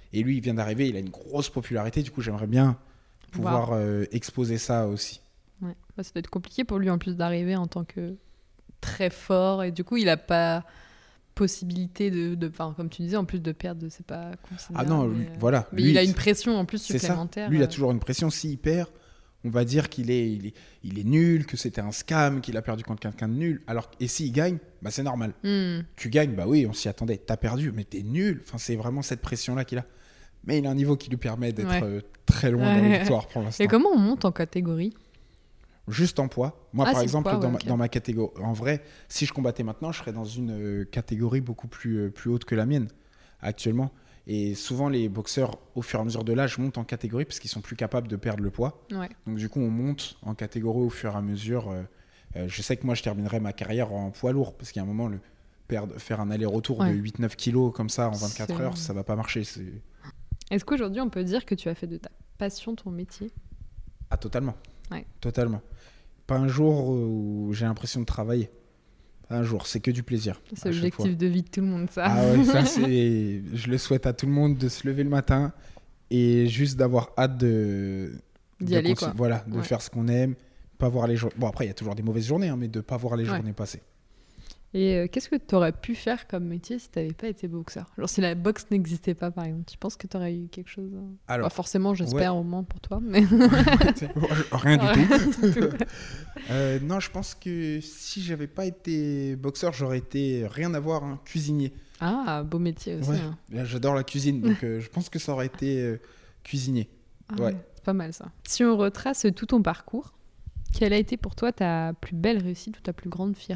Speaker 2: Et lui, il vient d'arriver, il a une grosse popularité. Du coup, j'aimerais bien pouvoir wow. euh, exposer ça aussi.
Speaker 1: Ouais. Bah, ça doit être compliqué pour lui en plus d'arriver en tant que très fort. Et du coup, il n'a pas possibilité de, de enfin, comme tu disais, en plus de perdre, c'est pas considérable.
Speaker 2: Ah non,
Speaker 1: mais,
Speaker 2: lui, voilà.
Speaker 1: Mais
Speaker 2: lui,
Speaker 1: il a une pression en plus supplémentaire.
Speaker 2: Ça. Lui, il a toujours une pression. S'il perd, on va dire qu'il est, il est, il est nul, que c'était un scam, qu'il a perdu contre quelqu'un de nul. Alors, et s'il gagne, bah, c'est normal. Mm. Tu gagnes, bah oui, on s'y attendait. T'as perdu, mais t'es nul. Enfin, c'est vraiment cette pression-là qu'il a. Mais il a un niveau qui lui permet d'être ouais. euh, très loin ouais. dans les victoires pour l'instant.
Speaker 1: Et comment on monte en catégorie ?
Speaker 2: Juste en poids. Moi,
Speaker 1: ah,
Speaker 2: par exemple,
Speaker 1: poids,
Speaker 2: dans,
Speaker 1: ouais,
Speaker 2: ma,
Speaker 1: okay.
Speaker 2: dans ma catégorie, en vrai, si je combattais maintenant, je serais dans une euh, catégorie beaucoup plus, euh, plus haute que la mienne actuellement. Et souvent, les boxeurs, au fur et à mesure de l'âge, montent en catégorie parce qu'ils sont plus capables de perdre le poids.
Speaker 1: Ouais.
Speaker 2: Donc, du coup, on monte en catégorie au fur et à mesure. Euh, euh, je sais que moi, je terminerai ma carrière en poids lourd parce qu'il y a un moment, le, perdre, faire un aller-retour ouais. de huit neuf kilos comme ça en vingt-quatre c'est... heures, ça va pas marcher. C'est...
Speaker 1: Est-ce qu'aujourd'hui, on peut dire que tu as fait de ta passion ton métier ?
Speaker 2: Ah, totalement.
Speaker 1: Ouais.
Speaker 2: Totalement. Pas un jour où j'ai l'impression de travailler. Pas un jour, c'est que du plaisir.
Speaker 1: C'est l'objectif de vie de tout le monde, ça.
Speaker 2: Ah ouais, ça c'est... Je le souhaite à tout le monde de se lever le matin et juste d'avoir hâte de...
Speaker 1: D'y
Speaker 2: de
Speaker 1: aller,
Speaker 2: continu...
Speaker 1: quoi.
Speaker 2: Voilà, de
Speaker 1: ouais.
Speaker 2: faire ce qu'on aime, pas voir les journées... Bon, après, il y a toujours des mauvaises journées, hein, mais de pas voir les ouais. journées passer.
Speaker 1: Et euh, qu'est-ce que tu aurais pu faire comme métier si tu n'avais pas été boxeur ? Genre si la boxe n'existait pas, par exemple, tu penses que tu aurais eu quelque chose ? Alors, pas forcément, j'espère, ouais. au moins pour toi. Mais...
Speaker 2: Rien du tout. tout. euh, non, je pense que si j'avais pas été boxeur, j'aurais été rien à voir, hein, cuisinier.
Speaker 1: Ah, beau métier aussi.
Speaker 2: Ouais.
Speaker 1: Hein.
Speaker 2: Là, j'adore la cuisine, donc euh, je pense que ça aurait été euh, cuisinier.
Speaker 1: Ah,
Speaker 2: ouais.
Speaker 1: C'est pas mal ça. Si on retrace tout ton parcours, quelle a été pour toi ta plus belle réussite ou ta plus grande fierté ?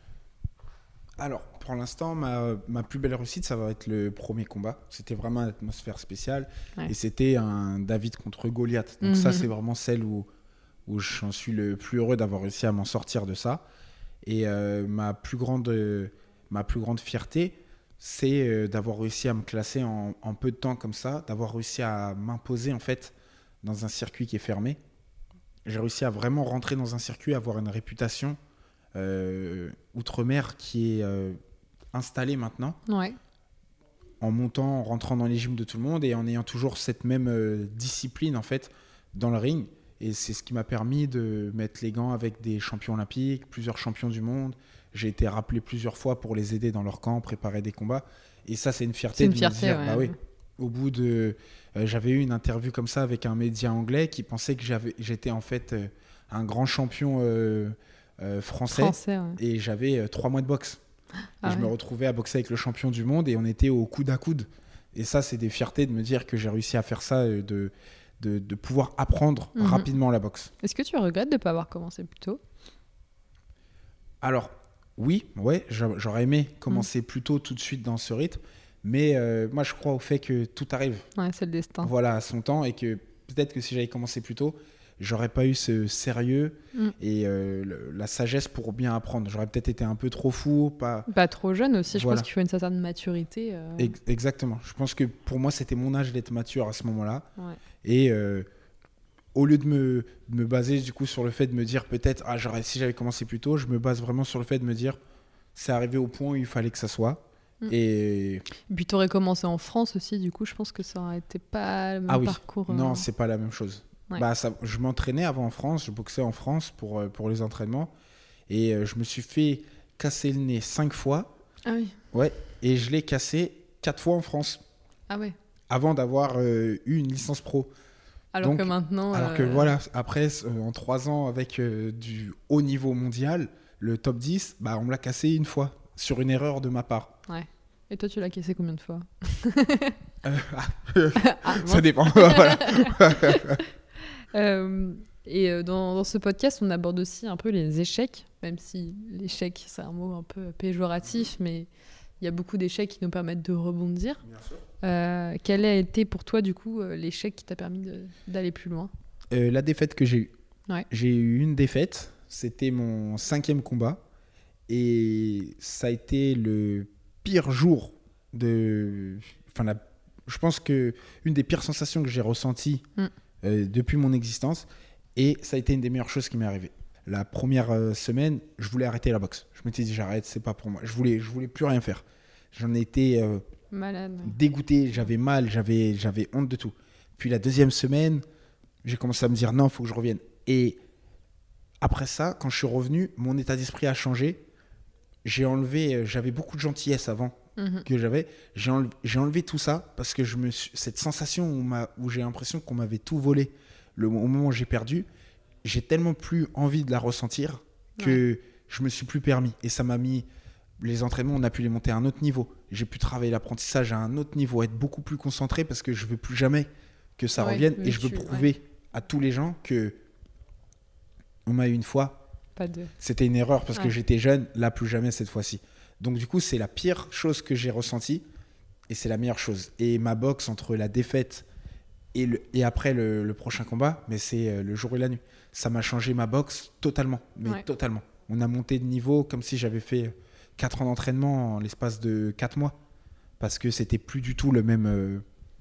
Speaker 2: Alors, pour l'instant, ma, ma plus belle réussite, ça va être le premier combat. C'était vraiment une atmosphère spéciale. Ouais. Et c'était un David contre Goliath. Donc mm-hmm. ça, c'est vraiment celle où, où j'en suis le plus heureux d'avoir réussi à m'en sortir de ça. Et euh, ma, plus grande, euh, ma plus grande fierté, c'est euh, d'avoir réussi à me classer en, en peu de temps comme ça, d'avoir réussi à m'imposer en fait dans un circuit qui est fermé. J'ai réussi à vraiment rentrer dans un circuit, avoir une réputation Euh, outre-mer qui est euh, installé maintenant
Speaker 1: ouais.
Speaker 2: en montant, en rentrant dans les gyms de tout le monde et en ayant toujours cette même euh, discipline en fait dans le ring, et c'est ce qui m'a permis de mettre les gants avec des champions olympiques, plusieurs champions du monde. J'ai été rappelé plusieurs fois pour les aider dans leur camp, préparer des combats, et ça c'est une fierté
Speaker 1: c'est une
Speaker 2: de
Speaker 1: fierté,
Speaker 2: me dire
Speaker 1: ouais.
Speaker 2: bah oui, au bout de euh, j'avais eu une interview comme ça avec un média anglais qui pensait que j'avais, j'étais en fait euh, un grand champion euh, Euh, français,
Speaker 1: français ouais.
Speaker 2: et j'avais euh, trois mois de boxe.
Speaker 1: Ah
Speaker 2: et je
Speaker 1: ouais.
Speaker 2: me retrouvais à boxer avec le champion du monde et on était au coude à coude. Et ça, c'est des fiertés de me dire que j'ai réussi à faire ça, euh, de, de, de pouvoir apprendre mm-hmm. rapidement la boxe.
Speaker 1: Est-ce que tu regrettes de ne pas avoir commencé plus tôt ?
Speaker 2: Alors, oui, ouais, j'aurais aimé commencer mm. plus tôt tout de suite dans ce rythme, mais euh, moi, je crois au fait que tout arrive.
Speaker 1: Ouais, c'est le destin.
Speaker 2: Voilà, à son temps, et que peut-être que si j'avais commencé plus tôt, j'aurais pas eu ce sérieux mm. et euh, le, la sagesse pour bien apprendre. J'aurais peut-être été un peu trop fou. Pas,
Speaker 1: pas trop jeune aussi, je
Speaker 2: voilà.
Speaker 1: pense qu'il faut une certaine maturité. Euh...
Speaker 2: Ex- exactement. Je pense que pour moi, c'était mon âge d'être mature à ce moment-là.
Speaker 1: Ouais.
Speaker 2: Et euh, au lieu de me, de me baser du coup sur le fait de me dire peut-être, ah, j'aurais, si j'avais commencé plus tôt, je me base vraiment sur le fait de me dire, c'est arrivé au point où il fallait que ça soit. Mm. Et...
Speaker 1: et puis tu aurais commencé en France aussi, du coup, je pense que ça aurait été pas le même
Speaker 2: ah oui.
Speaker 1: parcours. Euh...
Speaker 2: Non, c'est pas la même chose. Ouais. Bah, ça, je m'entraînais avant en France, je boxais en France pour, pour les entraînements, et euh, je me suis fait casser le nez cinq fois.
Speaker 1: Ah oui.
Speaker 2: Ouais, et je l'ai cassé quatre fois en France.
Speaker 1: Ah ouais.
Speaker 2: Avant d'avoir euh, eu une licence pro.
Speaker 1: Alors
Speaker 2: Donc,
Speaker 1: que maintenant.
Speaker 2: Alors
Speaker 1: euh...
Speaker 2: que voilà, après, euh, en trois ans avec euh, du haut niveau mondial, le top dix, bah, on me l'a cassé une fois, sur une erreur de ma part.
Speaker 1: Ouais. Et toi, tu l'as cassé combien de fois ?
Speaker 2: euh, ah, Ça dépend. Voilà.
Speaker 1: Euh, et euh, dans, dans ce podcast, on aborde aussi un peu les échecs, même si l'échec, c'est un mot un peu péjoratif, mais il y a beaucoup d'échecs qui nous permettent de rebondir.
Speaker 2: Bien sûr.
Speaker 1: Euh, quel a été pour toi, du coup, l'échec qui t'a permis de, d'aller plus loin ?
Speaker 2: euh, La défaite que j'ai eue.
Speaker 1: Ouais.
Speaker 2: J'ai eu une défaite, c'était mon cinquième combat, et ça a été le pire jour de... Enfin, la... je pense qu'une des pires sensations que j'ai ressenties mm. Euh, depuis mon existence, et ça a été une des meilleures choses qui m'est arrivée. La première euh, semaine, je voulais arrêter la boxe. Je m'étais dit j'arrête, c'est pas pour moi. Je voulais, je voulais plus rien faire. J'en étais euh,
Speaker 1: Malade. Ouais.
Speaker 2: Dégoûté, j'avais mal, j'avais, j'avais honte de tout. Puis la deuxième semaine, j'ai commencé à me dire non, il faut que je revienne. Et après ça, quand je suis revenu, mon état d'esprit a changé. J'ai enlevé, j'avais beaucoup de gentillesse avant mm-hmm. que j'avais. J'ai enlevé, j'ai enlevé tout ça parce que je me suis, cette sensation où, m'a, où j'ai l'impression qu'on m'avait tout volé le, au moment où j'ai perdu, j'ai tellement plus envie de la ressentir que ouais. je me suis plus permis. Et ça m'a mis... Les entraînements, on a pu les monter à un autre niveau. J'ai pu travailler l'apprentissage à un autre niveau, être beaucoup plus concentré parce que je veux plus jamais que ça ouais, revienne. Et je veux tu, prouver ouais. à tous les gens que on m'a eu une fois.
Speaker 1: Pas de...
Speaker 2: C'était une erreur parce ouais. que j'étais jeune. Là, plus jamais cette fois-ci. Donc du coup, c'est la pire chose que j'ai ressentie et c'est la meilleure chose. Et ma boxe entre la défaite et, le, et après le, le prochain combat, mais c'est le jour et la nuit. Ça m'a changé ma boxe totalement, mais ouais. totalement. On a monté de niveau comme si j'avais fait quatre ans d'entraînement en l'espace de quatre mois. Parce que c'était plus du tout le même, euh,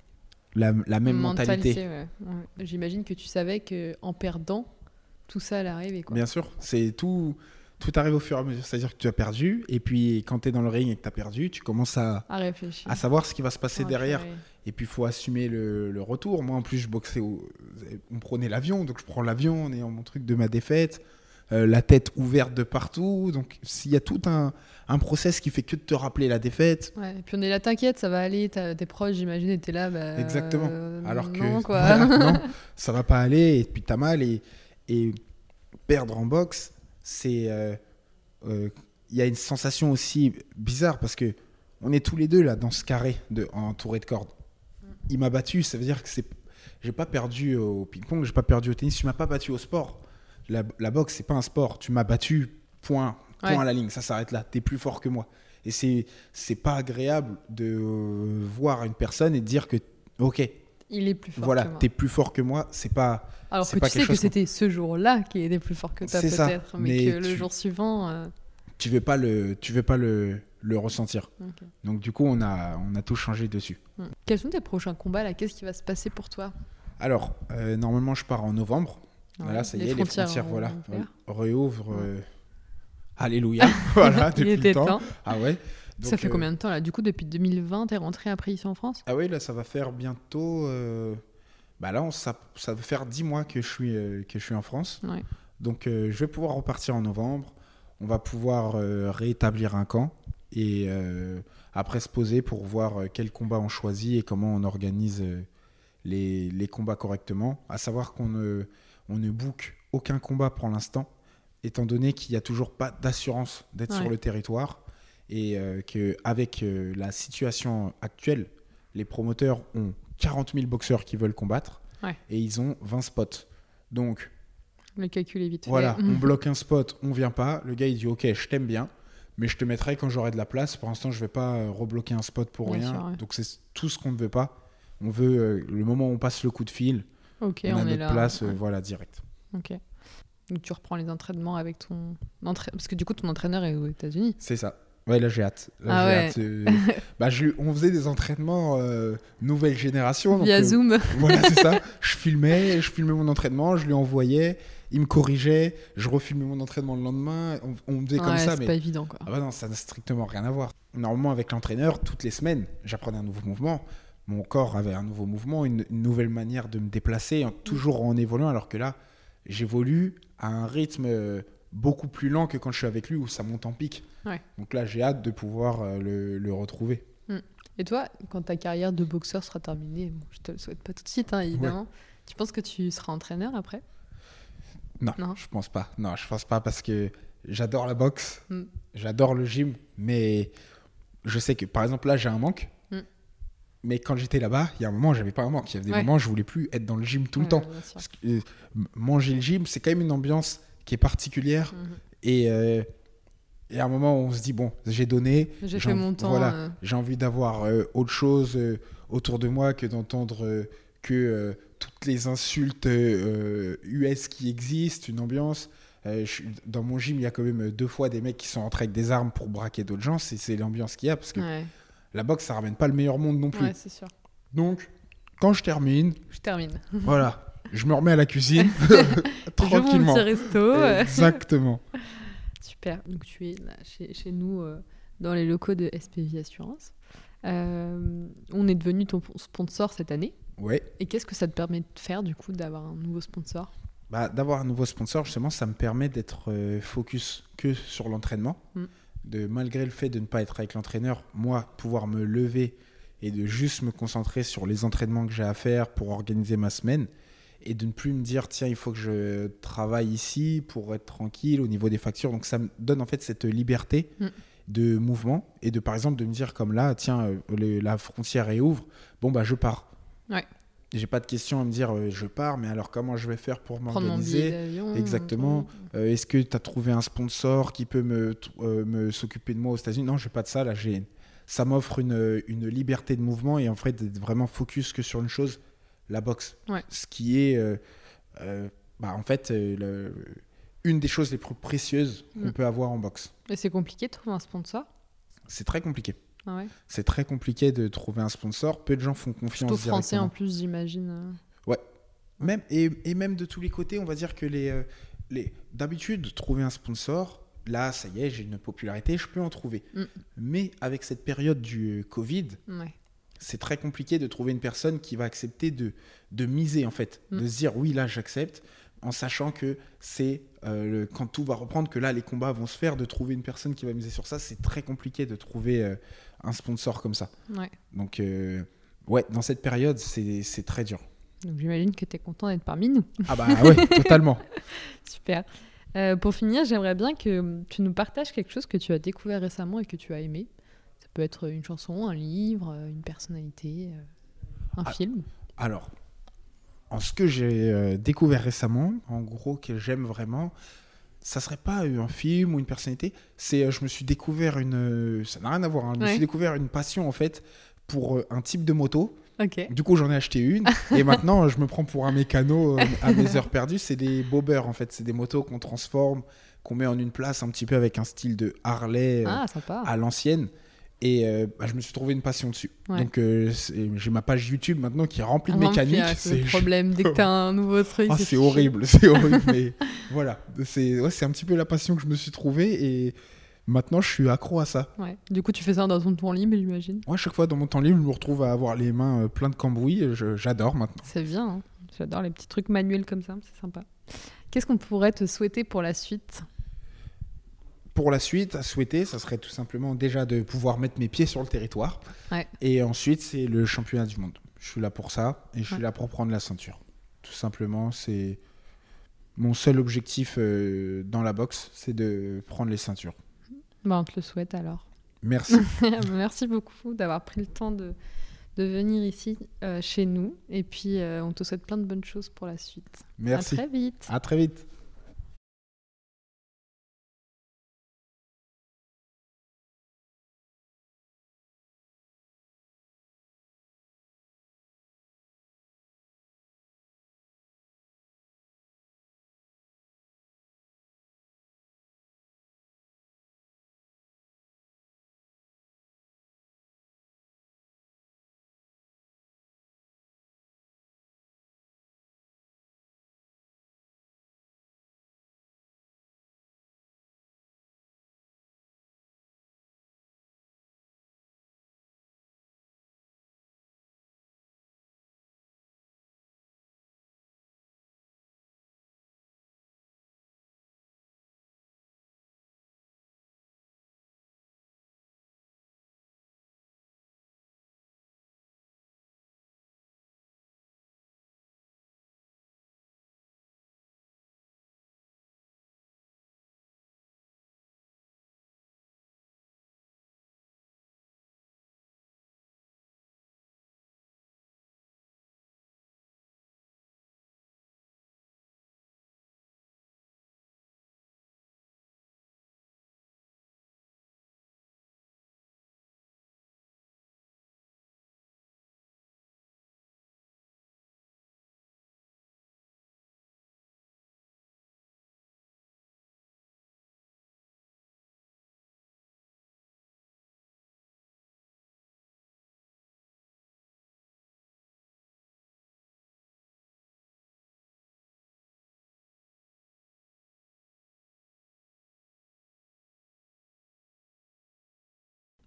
Speaker 2: la, la même mentalité.
Speaker 1: mentalité. Ouais. Ouais. J'imagine que tu savais qu'en perdant, tout ça allait arriver. Quoi.
Speaker 2: Bien sûr, c'est tout, tout arrive au fur et à mesure. C'est-à-dire que tu as perdu, et puis quand tu es dans le ring et que tu as perdu, tu commences à,
Speaker 1: à réfléchir,
Speaker 2: à savoir ce qui va se passer
Speaker 1: ouais,
Speaker 2: derrière.
Speaker 1: Ouais.
Speaker 2: Et puis il faut assumer le, le retour. Moi, en plus, je boxais, au, on prenait l'avion, donc je prends l'avion en ayant mon truc de ma défaite. Euh, la tête ouverte de partout. Donc, s'il y a tout un, un process qui fait que de te rappeler la défaite.
Speaker 1: Ouais, et puis on est là, t'inquiète, ça va aller. T'as, tes proches, j'imagine, étaient là. Bah,
Speaker 2: Exactement.
Speaker 1: Euh,
Speaker 2: Alors que
Speaker 1: non, quoi.
Speaker 2: Voilà, non, ça va pas aller. Et puis, t'as mal. Et, et perdre en boxe, c'est. Il euh, euh, y a une sensation aussi bizarre parce que on est tous les deux là dans ce carré de, entouré de cordes. Il m'a battu, ça veut dire que c'est. J'ai pas perdu au ping-pong, j'ai pas perdu au tennis, tu m'as pas battu au sport. La, la boxe, c'est pas un sport. Tu m'as battu, point, point ouais. à la ligne. Ça s'arrête là. T'es plus fort que moi. Et c'est, c'est pas agréable de euh, voir une personne et de dire que, ok,
Speaker 1: il est plus fort
Speaker 2: voilà,
Speaker 1: que moi.
Speaker 2: t'es plus fort que moi. C'est pas.
Speaker 1: Alors
Speaker 2: c'est
Speaker 1: que
Speaker 2: pas
Speaker 1: tu sais que
Speaker 2: qu'on...
Speaker 1: c'était ce jour-là qui était plus fort que toi,
Speaker 2: c'est
Speaker 1: peut-être,
Speaker 2: ça,
Speaker 1: mais,
Speaker 2: mais
Speaker 1: que
Speaker 2: tu...
Speaker 1: le jour suivant. Euh...
Speaker 2: Tu veux pas le, tu veux pas le, le ressentir. Okay. Donc du coup, on a, on a tout changé dessus.
Speaker 1: Hum. Quels sont tes prochains combats là ? Qu'est-ce qui va se passer pour toi ?
Speaker 2: Alors, euh, normalement, je pars en novembre.
Speaker 1: Ouais,
Speaker 2: voilà, ça y
Speaker 1: les
Speaker 2: est,
Speaker 1: frontières,
Speaker 2: les frontières, voilà,
Speaker 1: re-
Speaker 2: réouvrent. Euh... Alléluia, voilà, depuis
Speaker 1: Il était
Speaker 2: le temps.
Speaker 1: temps.
Speaker 2: Ah ouais.
Speaker 1: Donc, ça fait euh... combien de temps là ? Du coup, depuis deux mille vingt, t'es rentré après ici en France ?
Speaker 2: Ah oui, là, ça va faire bientôt. Euh... Bah là, on, ça, ça va faire dix mois que je suis euh, que je suis en France.
Speaker 1: Ouais.
Speaker 2: Donc, euh, je vais pouvoir repartir en novembre. On va pouvoir euh, réétablir un camp et euh, après se poser pour voir euh, quel combat on choisit et comment on organise euh, les, les combats correctement. À savoir qu'on ne on ne book aucun combat pour l'instant, étant donné qu'il n'y a toujours pas d'assurance d'être ouais. sur le territoire et euh, qu'avec euh, la situation actuelle, les promoteurs ont quarante mille boxeurs qui veulent combattre
Speaker 1: ouais.
Speaker 2: et ils ont vingt spots. Donc,
Speaker 1: le calcul est vite fait.
Speaker 2: Voilà, on bloque un spot, on vient pas. Le gars, il dit « Ok, je t'aime bien, mais je te mettrai quand j'aurai de la place. Pour l'instant, je vais pas euh, rebloquer un spot pour bien rien. Sûr, ouais. » Donc, c'est tout ce qu'on ne veut pas. On veut, euh, le moment où on passe le coup de fil,
Speaker 1: okay,
Speaker 2: on,
Speaker 1: on
Speaker 2: a
Speaker 1: est
Speaker 2: notre
Speaker 1: là,
Speaker 2: place,
Speaker 1: ouais.
Speaker 2: euh, voilà, direct.
Speaker 1: Ok. Donc, tu reprends les entraînements avec ton entraîneur. Parce que du coup, ton entraîneur est aux États-Unis.
Speaker 2: C'est ça. Ouais, là, j'ai hâte. Là,
Speaker 1: ah
Speaker 2: j'ai
Speaker 1: ouais.
Speaker 2: hâte euh... bah, je... On faisait des entraînements euh, nouvelle génération.
Speaker 1: Via
Speaker 2: donc, euh,
Speaker 1: Zoom.
Speaker 2: Voilà, c'est ça. Je filmais, je filmais mon entraînement, je lui envoyais. Il me corrigeait, je refilmais mon entraînement le lendemain. On, on me faisait
Speaker 1: ouais,
Speaker 2: comme ça.
Speaker 1: C'est
Speaker 2: mais
Speaker 1: pas évident, quoi.
Speaker 2: Ah bah non, ça n'a strictement rien à voir. Normalement, avec l'entraîneur, toutes les semaines, j'apprenais un nouveau mouvement. Mon corps avait un nouveau mouvement, une, une nouvelle manière de me déplacer, en, toujours en évoluant. Alors que là, j'évolue à un rythme euh, beaucoup plus lent que quand je suis avec lui, où ça monte en pic.
Speaker 1: Ouais.
Speaker 2: Donc là, j'ai hâte de pouvoir euh, le, le retrouver.
Speaker 1: Mm. Et toi, quand ta carrière de boxeur sera terminée, bon, je te le souhaite pas tout de suite, hein, évidemment, ouais. tu penses que tu seras entraîneur après ?
Speaker 2: Non, non, je pense pas. Non, je pense pas parce que j'adore la boxe, mm. j'adore le gym, mais je sais que, par exemple, là, j'ai un manque. Mm. Mais quand j'étais là-bas, il y a un moment, j'avais pas un manque. Il y avait des ouais. moments où je voulais plus être dans le gym tout ouais, le temps. Parce que euh, manger le gym, c'est quand même une ambiance qui est particulière. Mm-hmm. Et, euh, et à un moment, on se dit, bon, j'ai donné.
Speaker 1: J'ai, j'ai
Speaker 2: fait
Speaker 1: en... mon temps.
Speaker 2: Voilà,
Speaker 1: euh...
Speaker 2: j'ai envie d'avoir euh, autre chose euh, autour de moi que d'entendre euh, que euh, toutes les insultes euh, U S qui existent, une ambiance. Euh, je, dans mon gym, il y a quand même deux fois des mecs qui sont rentrés avec des armes pour braquer d'autres gens. C'est, c'est l'ambiance qu'il y a parce que
Speaker 1: ouais.
Speaker 2: la boxe, ça ramène pas le meilleur monde non plus.
Speaker 1: Ouais, c'est sûr.
Speaker 2: Donc, quand je termine,
Speaker 1: je termine.
Speaker 2: Voilà, je me remets à la cuisine
Speaker 1: Je
Speaker 2: tranquillement.
Speaker 1: mon petit resto.
Speaker 2: Exactement.
Speaker 1: Super. Donc tu es là chez, chez nous euh, dans les locaux de S P V Assurance. Euh, on est devenu ton sponsor cette année.
Speaker 2: Ouais.
Speaker 1: Et qu'est-ce que ça te permet de faire, du coup, d'avoir un nouveau sponsor?
Speaker 2: Bah, d'avoir un nouveau sponsor, justement, ça me permet d'être euh, focus que sur l'entraînement. Mm. De, malgré le fait de ne pas être avec l'entraîneur, moi, pouvoir me lever et de juste me concentrer sur les entraînements que j'ai à faire pour organiser ma semaine et de ne plus me dire, tiens, il faut que je travaille ici pour être tranquille au niveau des factures. Donc, ça me donne en fait cette liberté mm. de mouvement et de, par exemple, de me dire comme là, tiens, euh, le, la frontière réouvre, bon, bah, je pars.
Speaker 1: Ouais.
Speaker 2: J'ai pas de question à me dire euh, je pars, mais alors comment je vais faire pour
Speaker 1: Prendre
Speaker 2: m'organiser?
Speaker 1: Mon billet d'avion,
Speaker 2: exactement. Euh, est-ce que tu as trouvé un sponsor qui peut me, euh, me s'occuper de moi aux États-Unis? Non, j'ai pas de ça. Là, j'ai... ça m'offre une, une liberté de mouvement et en fait d'être vraiment focus que sur une chose, la boxe.
Speaker 1: Ouais.
Speaker 2: Ce qui est euh, euh, bah, en fait euh, le, une des choses les plus précieuses qu'on mm. peut avoir en boxe.
Speaker 1: Et c'est compliqué de trouver un sponsor?
Speaker 2: C'est très compliqué.
Speaker 1: Ah ouais.
Speaker 2: C'est très compliqué de trouver un sponsor. Peu de gens font confiance.
Speaker 1: Plutôt français en plus, j'imagine.
Speaker 2: Ouais. Même, et, et même de tous les côtés, on va dire que les, euh, les, d'habitude, trouver un sponsor, là, ça y est, j'ai une popularité, je peux en trouver. Mm. Mais avec cette période du Covid,
Speaker 1: ouais.
Speaker 2: c'est très compliqué de trouver une personne qui va accepter de, de miser, en fait. Mm. De se dire, oui, là, j'accepte, en sachant que c'est euh, le, quand tout va reprendre, que là, les combats vont se faire, de trouver une personne qui va miser sur ça, c'est très compliqué de trouver euh, un sponsor comme ça.
Speaker 1: Ouais.
Speaker 2: Donc, euh, ouais, dans cette période, c'est, c'est très dur.
Speaker 1: Donc j'imagine que tu es content d'être parmi nous.
Speaker 2: Ah bah ouais, totalement.
Speaker 1: Super. Euh, pour finir, j'aimerais bien que tu nous partages quelque chose que tu as découvert récemment et que tu as aimé. Ça peut être une chanson, un livre, une personnalité, un ah, film.
Speaker 2: Alors, en ce que j'ai euh, découvert récemment, en gros, que j'aime vraiment, ça serait pas un film ou une personnalité, c'est euh, je me suis découvert une... Ça n'a rien à voir, hein, je ouais. me suis découvert une passion en fait pour euh, un type de moto.
Speaker 1: Okay.
Speaker 2: Du coup, j'en ai acheté une et maintenant, je me prends pour un mécano euh, à mes heures perdues. C'est des bobbers, en fait. C'est des motos qu'on transforme, qu'on met en une place un petit peu avec un style de Harley euh,
Speaker 1: ah,
Speaker 2: à l'ancienne. Et euh, bah, je me suis trouvé une passion dessus. Ouais. Donc, euh, j'ai ma page YouTube maintenant qui est remplie de mécanique.
Speaker 1: Ah, c'est le problème. Dès que tu as un nouveau truc,
Speaker 2: oh,
Speaker 1: c'est,
Speaker 2: c'est horrible. C'est horrible. Mais voilà. C'est, ouais, c'est un petit peu la passion que je me suis trouvée et... Maintenant, je suis accro à ça.
Speaker 1: Ouais. Du coup, tu fais ça dans ton temps libre, j'imagine?
Speaker 2: Ouais, chaque fois dans mon temps libre, je me retrouve à avoir les mains plein de cambouis. Je, j'adore maintenant.
Speaker 1: C'est bien. Hein, j'adore les petits trucs manuels comme ça. C'est sympa. Qu'est-ce qu'on pourrait te souhaiter pour la suite?
Speaker 2: Pour la suite, à souhaiter, ça serait tout simplement déjà de pouvoir mettre mes pieds sur le territoire.
Speaker 1: Ouais.
Speaker 2: Et ensuite, c'est le championnat du monde. Je suis là pour ça et je suis
Speaker 1: ouais.
Speaker 2: là pour prendre la ceinture. Tout simplement, c'est mon seul objectif euh, dans la boxe, c'est de prendre les ceintures.
Speaker 1: Bah, on te le souhaite alors.
Speaker 2: Merci.
Speaker 1: Merci beaucoup d'avoir pris le temps de, de venir ici euh, chez nous. Et puis, euh, on te souhaite plein de bonnes choses pour la suite.
Speaker 2: Merci.
Speaker 1: À très vite.
Speaker 2: À très vite.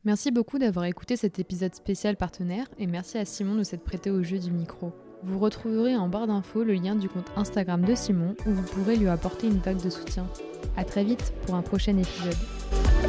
Speaker 1: Merci beaucoup d'avoir écouté cet épisode spécial partenaire et merci à Simon de s'être prêté au jeu du micro. Vous retrouverez en barre d'infos le lien du compte Instagram de Simon où vous pourrez lui apporter une vague de soutien. À très vite pour un prochain épisode.